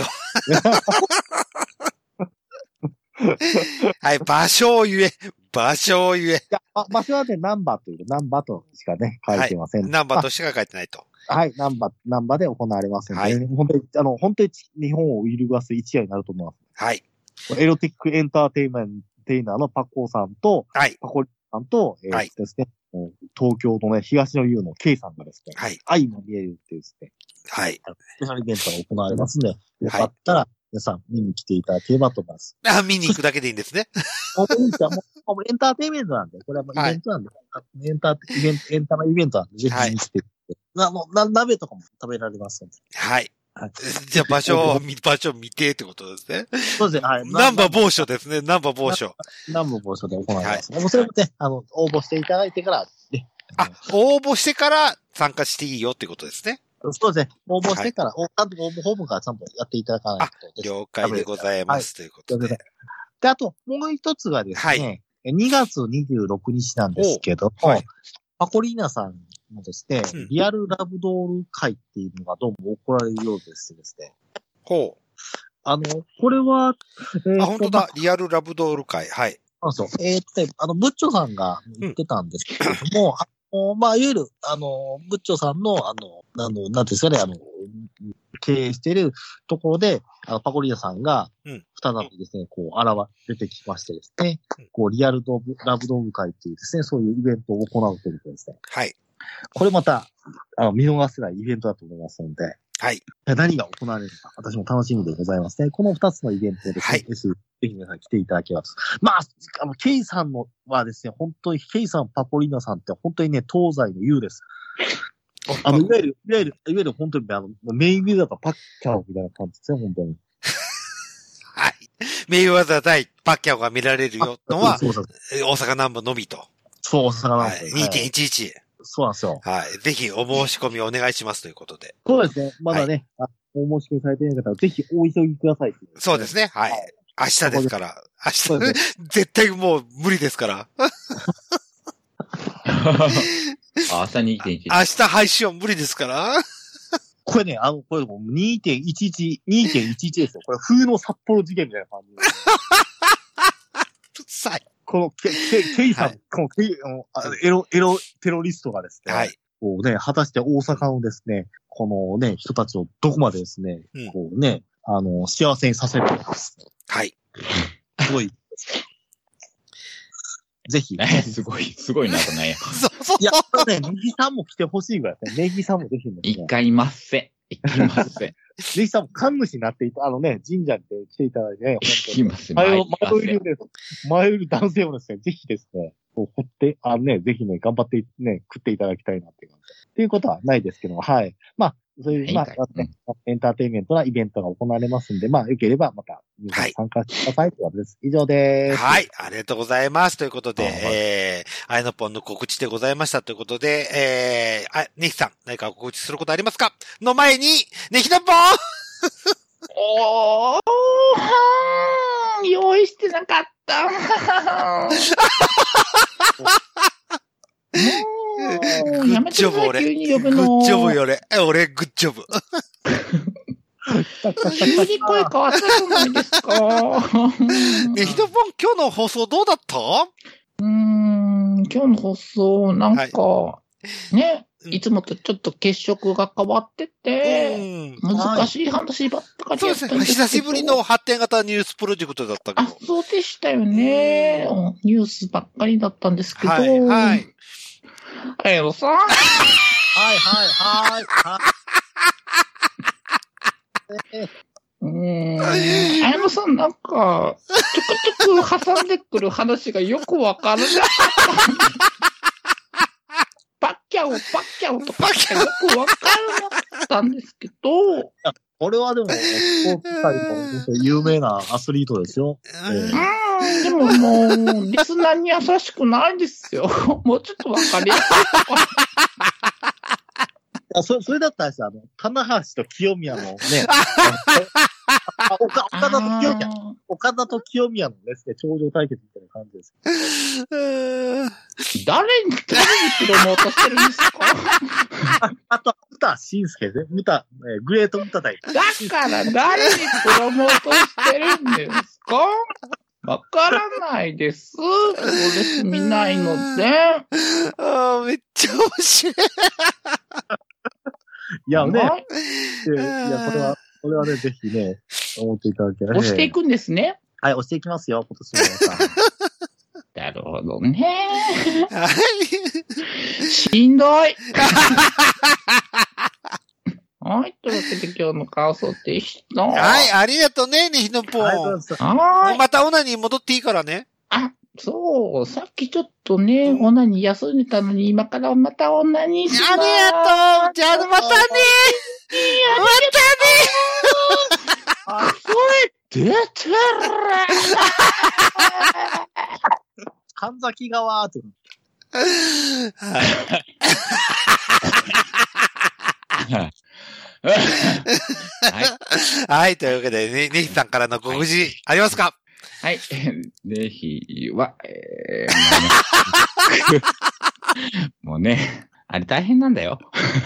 はい、場所を言え。場所を言え。いや、場所はね、ナンバーという、ナンバーとしかね、書いてません。はい、 ナンバーとしか書いてないと。 はい、ナンバー、ナンバーで行われますので、はい、本当に、あの、本当に日本を揺るがす一夜になると思います。 はい。 エロティックエンターテイメント、テイナーのパコさんと、はい。パコリさんと、えー、はい。ですね、東京のね、東の優の K さんがですね、はい。愛も見えるっていうですね、 はい。 スペシャルイベントが行われますね。よかったら、皆さん見に来ていただければと思います。 あ、見に行くだけでいいんですね。 もういいですよ。もうエンターテイメントなんで、これはもうイベントなんで、はい、エンター、イベント、エンタメイベントなんで、ぜひ見に来て、はい、な、もう、な、鍋とかも食べられますので。 はい。はい、じゃあ場所を、場所を見てってことですね。 そうですね。はい。 ナンバー某所ですね。ナンバー某所。 ナンバー某所で行います。はい。もうそれもね、あの、応募していただいてから、ね。 あ、応募してから参加していいよってことですね。 そうですね。応募してから、はい、ちゃんと応募フォームからちゃんとやっていただかないと。 了解でございます。ということで。 で、あと、もう一つがですね、はい、にがつにじゅうろくにちなんですけども、はい、パコリーナさんもですね、うん、リアルラブドール会っていうのがどうも行われるようでしてですね。 ほう。 あの、これは、 えー、あ、本当だ。リアルラブドール会。はい。 そうそう。えー、っと、あの、ブッチョさんが言ってたんですけれども、うん、まあ、いわゆる、あの、ブッチョさんの、あの、あの、なんですかね、あの、経営しているところで、あの、パコリーナさんが、再びですね、こう、現れてきましてですね、こう、リアルドブラブドール会っていうですね、そういうイベントを行うということですね。 はい。 これまた、あの、見逃せないイベントだと思いますので。 はい。 何が行われるのか、私も楽しみでございますね。この二つのイベントですね。はい。ぜひ皆さん来ていただけます。まあ、あの、ケイさんのはですね、本当に、ケイさん、パポリーナさんって本当にね、東西の優です。あの、いわゆる、いわゆる、いわゆる本当に、あの、メインビルダーとパッキャオみたいな感じですね、本当に。 はい。メインワザー対パッキャオが見られるよのは、大阪南部のみと。 そう、大阪南部。はい、 にてんいちいち。 そうなんですよ。 はい。ぜひお申し込みお願いしますということで。 そうですね。まだね、はい、お申し込みされていない方は、ぜひお急ぎください、ね。 そうですね。はい。はい、明日ですから。明日、絶対もう無理ですから。 朝にてんいちいち。 明日配信は無理ですから。 これね、あの、これ にてんいちいち、にてんいちいち ですよ。これ風の札幌事件みたいな感じ、ね。 さい。 このケ、ケ、ケイさん、はい、このケイ、あの、エロ、エロテロリストがですね、はい。こうね、果たして大阪のですね、このね、人たちをどこまでですね、うん、こうね、あの、幸せにさせるのかですね。 はい。 すごい。ぜひ。 ね、すごい、すごいなとね。 そうそう。 いや、ね、ネギさんも来てほしいぐらいですね。ネギさんもぜひね。 一回いません。一回いません。 ネギさんも神主になっていた、あのね、神社で来ていただいてね、 本当に。前前よりです。前より男性もですね、ぜひですね、こう、掘って、あのね、ぜひね、頑張ってね、食っていただきたいなっていう感じ。っていうことはないですけども、はい。まあ、そういう、まあ、ね、エンターテインメントなイベントが行われますんで、まあ、よければまた、皆さん参加してくださいということです。以上です。 はい。ありがとうございます。ということで、えー、あいのぽんの告知でございましたということで、えー、あ、ネヒさん、何か告知することありますかの前に、ネヒのぽんおー、用意してなかった。 グッジョブ俺。グッジョブよ俺。俺、グッジョブ。 急に声変わったじゃないですか。 ね、ひとぽん、今日の放送どうだった？ うーん、今日の放送、なんか、はい、ね、いつもとちょっと血色が変わってて、難しい話ばっかりやったんですけど、そうですね。 久しぶりの発展型ニュースプロジェクトだったけど。 あ、そうでしたよね。ニュースばっかりだったんですけど。 はい、はい。 あやのさん。 はい、はい、はい、はい。 うーん。あやのさんなんか、ちょくちょく挟んでくる話がよくわからない。パッキャオ、パッキャオとかよくわからなかったんですけど。 これはでも、スポーツ界の有名なアスリートですよ。 えー、でももう、リスナーに優しくないですよ。もうちょっとわかりやすいとか。 あ、そ、それだったらさ、あの、棚橋と清宮のね、岡田と清宮、岡田と清宮のですね、頂上対決みたいな感じです。 誰に、誰にプロモートしてるんですか？ あ, あと、ムタシンスケですね。ムタ、えー、グレートムタ対。 だから誰にプロモートしてるんですか？わからないです。プロレス見ないので。 ああ、めっちゃ面白い。 いやね、いや、これは、これはね、ぜひね、思っていただければ、ね。 押していくんですね。 はい、押していきますよ、今年も。 なるほどね。しんどい。はい、というわけで今日の感想でした。 はい、ありがとうね、ねひのぽん。はい。またオナニー戻っていいからね。 あ、そう、さっきちょっとね、オナニー休んでたのに、今からまたオナニーします。 ありがとう。じゃあ、またね。 またね。声出てる。 神崎川って。 はい。はい。というわけで、ね、ねひさんからの告知ありますか？ はい。ねひは、えー、もうね、あれ大変なんだよ。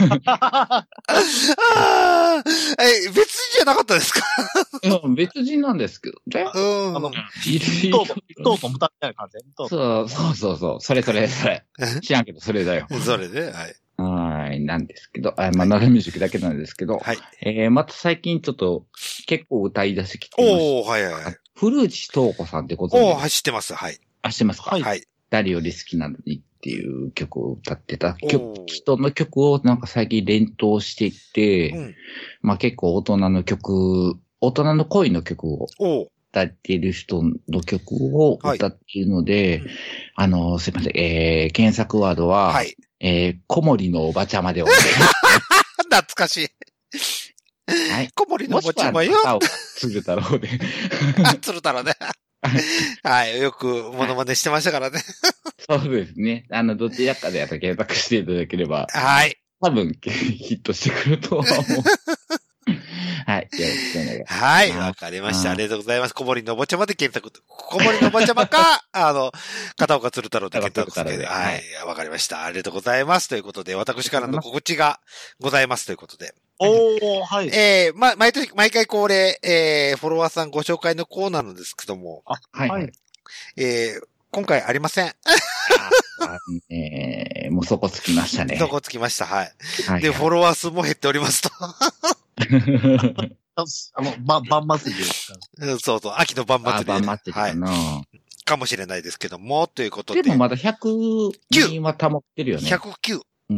え、別人じゃなかったですか？ うん、別人なんですけどね。うん。あの、 とうとうむたみたいな感じで。 そうそうそうそう。それそれそれ。知らんけど、それだよ。 それで、はい。 はい、なんですけど、あまあ、ナラミュージックだけなんですけど、はい。えー、また最近ちょっと、結構歌い出してきてました。 おー、はいはいはい。 古内東子さんってことで。 おー、はい、知ってます、はい。 あ、知ってますか？ はい。 誰より好きなのに、 っていう曲を歌ってた人の曲をなんか最近連投していって、うん、まあ結構大人の曲、大人の恋の曲を歌っている人の曲を歌っているので、はいうん、あの、すいません、えー、検索ワードは、はい、えー、小森のおばちゃまでお願いします。 懐かしい。はい。小森のおばちゃまよ。 鶴太郎で。 あ、鶴太郎ね。はい。よくモノマネしてましたからね。 そうですね。あの、どちらかで検索していただければ。 はい。 多分、ヒットしてくるとは思う。はい。よろしくお願いします。 はい。わかりました。ありがとうございます。小森のおばちゃまで検索。小森のおばちゃまか、あの、片岡鶴太郎で検索して。はい。わかりました。ありがとうございます。ということで、私からの告知がございますということで。 おー、はい。 えー、ま、毎年、毎回恒例、えー、フォロワーさんご紹介のコーナーなんですけども。 あ、はい。 えー、今回ありません。あえー、もうそこつきましたね。 そこつきました、はい。はい、で、フォロワー数も減っておりますと。 あの、ば、晩祭りですか？ そうそう、秋の晩祭り。 晩祭りかな、 はい。かもしれないですけども、ということで。 でもまだひゃくにんは保ってるよね。 ひゃくきゅう。 うん。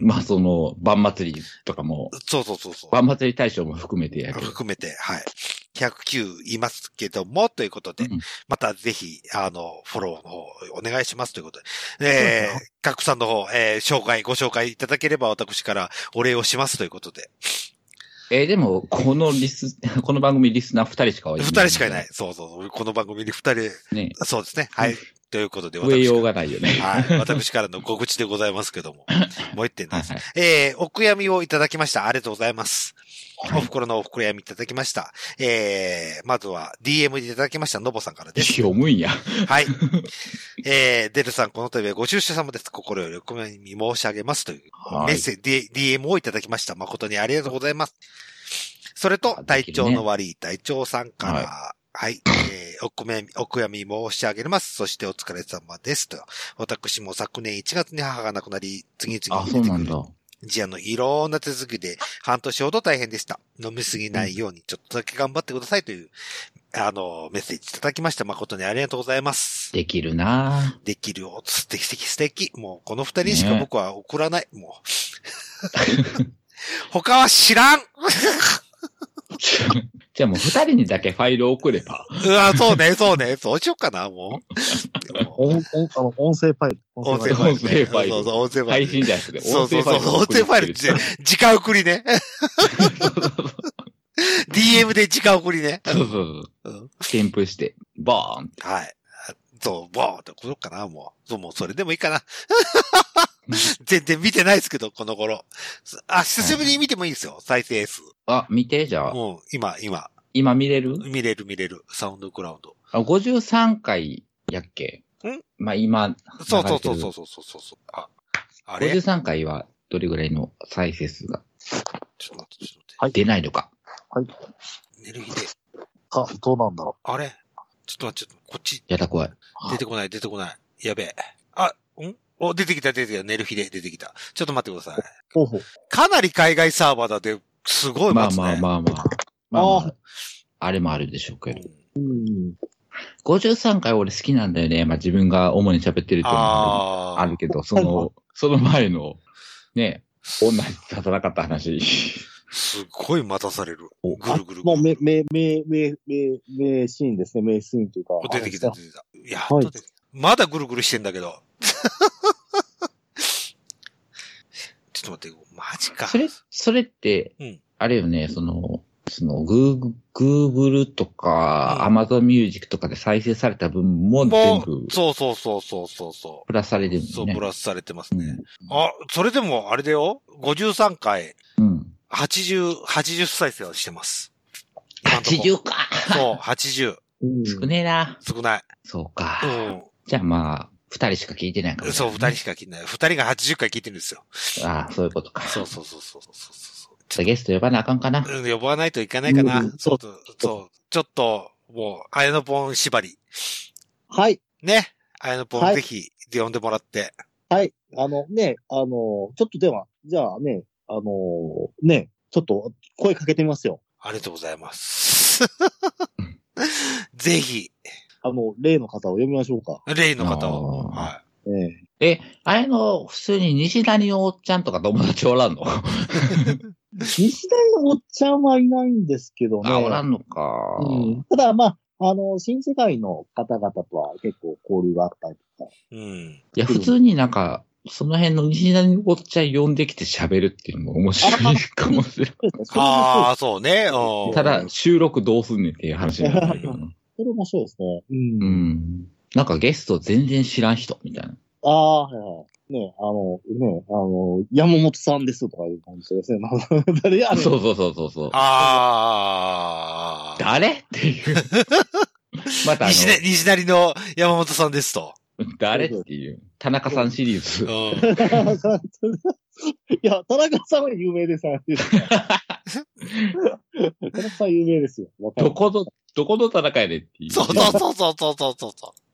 まあ、その、晩祭りとかも。 そうそうそうそう。 晩祭り大賞も含めてやけど。 含めて、はい。ひゃくきゅういますけども、ということで、うん、またぜひ、あの、フォローの方、お願いしますということで、えー、カックさんの方、えー、紹介、ご紹介いただければ私からお礼をしますということで。 えー、でも、このリス、この番組リスナー二人しかいない。 二人しかいない。そうそう。この番組に二人。ね。そうですね。はい。ということで、 私。増えようがないよね。 はい。私からの告知でございますけども。もう一点です。はいはい、えー、お悔やみをいただきました。ありがとうございます。はい、お袋のお袋やみいただきました。えー、まずは ディーエム でいただきました、のぼさんからです。 読むんや。 はい。えー、デルさん、この度はご出社様です。心よりお悔やみ申し上げますというメッセージ、ディーエム をいただきました。誠にありがとうございます。それと、体調の悪い隊長さんから、はいはい。えー、お悔やみ、お悔やみ申し上げます。そしてお疲れ様です。と。私も昨年いちがつに母が亡くなり、次々に出てくる。あ、そうなんだ。事案のいろんな手続きで半年ほど大変でした。飲みすぎないようにちょっとだけ頑張ってくださいという、あの、メッセージいただきました。誠にありがとうございます。 できるなぁ。できるよ。素敵素敵素敵。もうこの二人しか僕は送らない。ね、もう。他は知らんじゃあもう二人にだけファイルを送れば。 うわ、そうね、そうね。そうしようかな、もう。音、音、あの、音声ファイル。 音声ファイル、ね。 音声ファイル。 そうそう、音声ファイル。 配信じゃなくて、 そうそうそう、音声ファイルって、直送りね。ディーエム で直送りね。 そうそうそう。添付して、バーンって。 はい。そう、バーンって送ろうかな、もう。そう、もうそれでもいいかな。全然見てないですけど、この頃。あ、久しぶりに見てもいいですよ、再生数。 あ、見て、じゃあ。 うん、今、今。 今見れる？ 見れる見れる。サウンドクラウド。 あ、ごじゅうさんかいやっけ？んまあ、今。 そうそうそうそうそうそうそう。あ、あれ ?ごじゅうさんかいはどれぐらいの再生数が？ ちょっと待って、ちょっと待って。 はい。出ないのか。 はい。 寝る日で。 あ、どうなんだろう。あれちょっと待って、ちょっと、こっち。 やだ怖い。 出てこない、出てこない。やべえ。あ、んお、出てきた、出てきた。寝る日で出てきた。ちょっと待ってください。 ほうほう。 かなり海外サーバーだって、すごい待つね。 まあまあまあまあ。まあ、まあ、あれもあるでしょうけど。うん、ごじゅうさんかい俺好きなんだよね。まあ自分が主に喋ってるっていうのもあるけど、その、その前の、ね、女に立たなかった話。 すごい待たされる。ぐるぐる。 もう、め、め、め、め、め、めシーンですね。名シーンというか。 出てきた、出てきた。いや、はい、まだぐるぐるしてんだけど。ちょっと待って、マジか。 それ、それって、うん、あれよね、その、その、グー、グーグルとか、アマゾンミュージックとかで再生された分も全部。 そうそうそうそうそうそう。 プラスされてるんですね。 そう、プラスされてますね。うん、あ、それでも、あれだよ。ごじゅうさんかい。うん。はちじゅう、はちじゅう再生はしてます。 はちじゅうか。 そう、はちじゅう。 うん、少ねえな。 少ない。 そうか。うん。じゃあまあ、二人しか聞いてないから、ね。 そう、二人しか聞いてない。二人がはちじゅっかい聞いてるんですよ。 ああ、そういうことか。 そうそうそうそうそうそう。 ちょっとゲスト呼ばなあかんかな。 うん、呼ばないといかないかな。うん、そうそう。そう。ちょっと、もう、あやのぽん縛り。 はい。 ね。あやのぽん、はい、ぜひ、呼んでもらって。 はい。あのね、あの、ちょっとでは、じゃあね、あの、ね、ちょっと声かけてみますよ。 ありがとうございます。ぜひ。 あの、例の方を呼びましょうか。 例の方を。はい。 えええ、あれの、普通に西谷のおっちゃんとか友達おらんの？ 西谷のおっちゃんはいないんですけどね。 あ、おらんのか。 うん、ただ、まあ、あの、新世界の方々とは結構交流があったりとか。 うん。いや、普通になんか、その辺の西谷のおっちゃん呼んできて喋るっていうのも面白いかもしれない。 ああ、そうね。 ただ、収録どうすんねんっていう話になるけど。 それ面白いですね。 うん。うん。なんかゲスト全然知らん人みたいな。 ああ、はいはい。ね、あの、ね、あの、山本さんですとかいう感じですね。誰やねん。 そうそうそうそうそう。 ああ。 誰っていう。またあの西成、西成の山本さんですと。 誰っていう。田中さんシリーズ。 いや、田中さんは有名です。田中さん有名ですよ。 どこの、どこの田中やでっていう。 そうそうそうそうそうそうそう。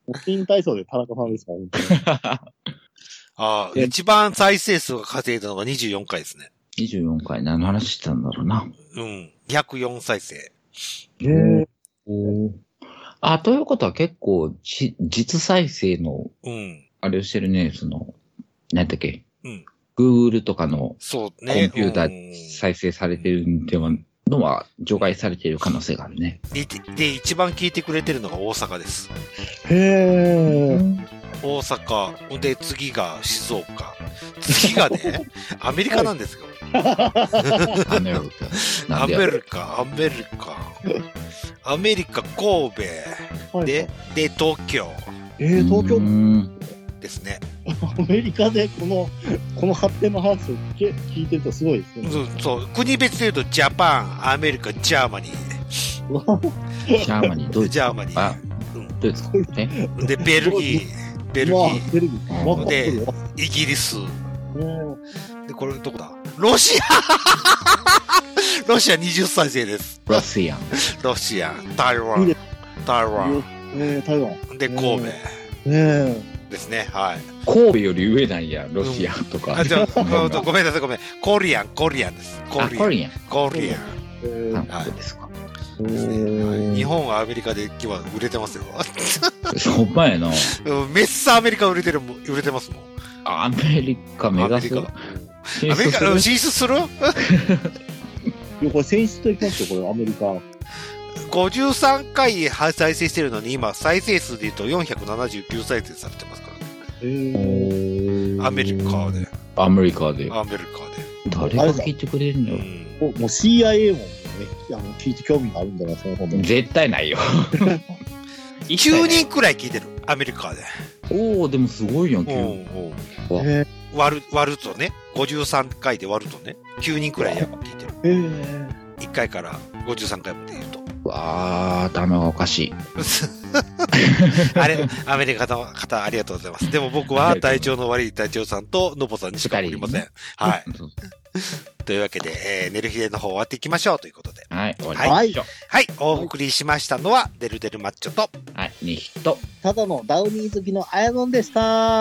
新体操で田中さんですから、ね。 ああ、一番再生数が稼いだのがにじゅうよんかいですね。 にじゅうよんかい何の話してたんだろうな。 うん。ひゃくよん再生。 へえ。 おあ、ということは結構、じ、実再生の、 うん。 あれをしてるね、その、何だっけ。 うん。 Google とかの、 そうね。 コンピューター再生されてるんでは、のは除外されている可能性があるね。 で、で一番聞いてくれてるのが大阪です。 へー。 大阪。で、次が静岡。次がね、アメリカなんですよ。 アメリカ。 アメリカ、アメリカ。アメリカ、神戸。で、で、東京。 えー、東京ですね。 アメリカでこの、この発展の話を聞いてるとすごいですね。 そう、そう。国別で言うと、ジャパン、アメリカ、ジャーマニー。ジャーマニー、ドイツ。 ジャーマニー。 あ、うん、ドイツかね。 で、ベルギー、ベルギー。 ベルギー。 で、イギリス。で、これどこだ？ロシアロシアにじゅっ再生です。 ロシアン。 ロシアン。台湾。台湾。 えー、台湾。 で、神戸。 えー、 ですね。はい。 神戸より上なんや、ロシアンとか。 うん、あ、じゃあ、ごめんなさい、ごめん。コリアン、コリアンです。 コリアン。コリアン。 コリアン。 えー、はい。ですか。 ですね、はい、日本はアメリカで今日は売れてますよ。 ほんまやな。 めっさアメリカ売れてるも売れてますもん。 アメリカ目指す。アメリカ進出する？いやこれ選出といきますよこれアメリカ。 ごじゅうさんかい再生してるのに今再生数で言うとよんひゃくななじゅうきゅう再生されてますから、ね。 へー。 アメリカで。 アメリカで。 アメリカで。 誰が聞いてくれるの？ うん、もう シーアイエー も。ね、あの聞いて興味があるんだな、その本絶対ないよ。 きゅうにんくらい聞いてる、アメリカで。 おおでもすごいよ、きゅうにん。 割る、割るとね、ごじゅうさんかいで割るとね、きゅうにんくらいや聞いてる。 へー。 いっかいからごじゅうさんかいまで言うと。 わー、ダメがおかしい。 あれ、アメリカの方ありがとうございます。でも僕は隊長の悪い隊長さんとノボさんにしかおりません。はい。というわけで、えー、寝る日での方終わっていきましょうということで。 はい、終わりましょう。はい、お送りしましたのは、デルデルマッチョと、 はい、ニヒと、 ただのダウニー好きのアヤノンでした。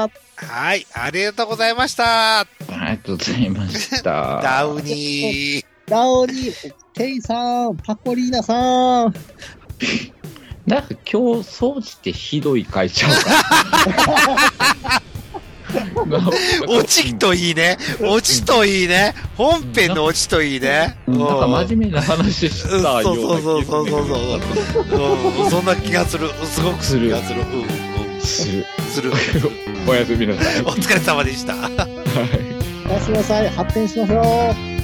はい、ありがとうございました。 ありがとうございました。 ダウニー。 ダウニー、ケイさん、パコリーナさん。 なんか今日、掃除ってひどい会社か。 オチといいね。オチといいね。本編のオチといいね。 なんか真面目な話したような気がする。 そうそうそうそうそう。そんな気がする。すごくする気がする。うんうん。 する。 する。 おやすみなさい。 お疲れ様でした。はい。 おやすみなさい。発展しましょう。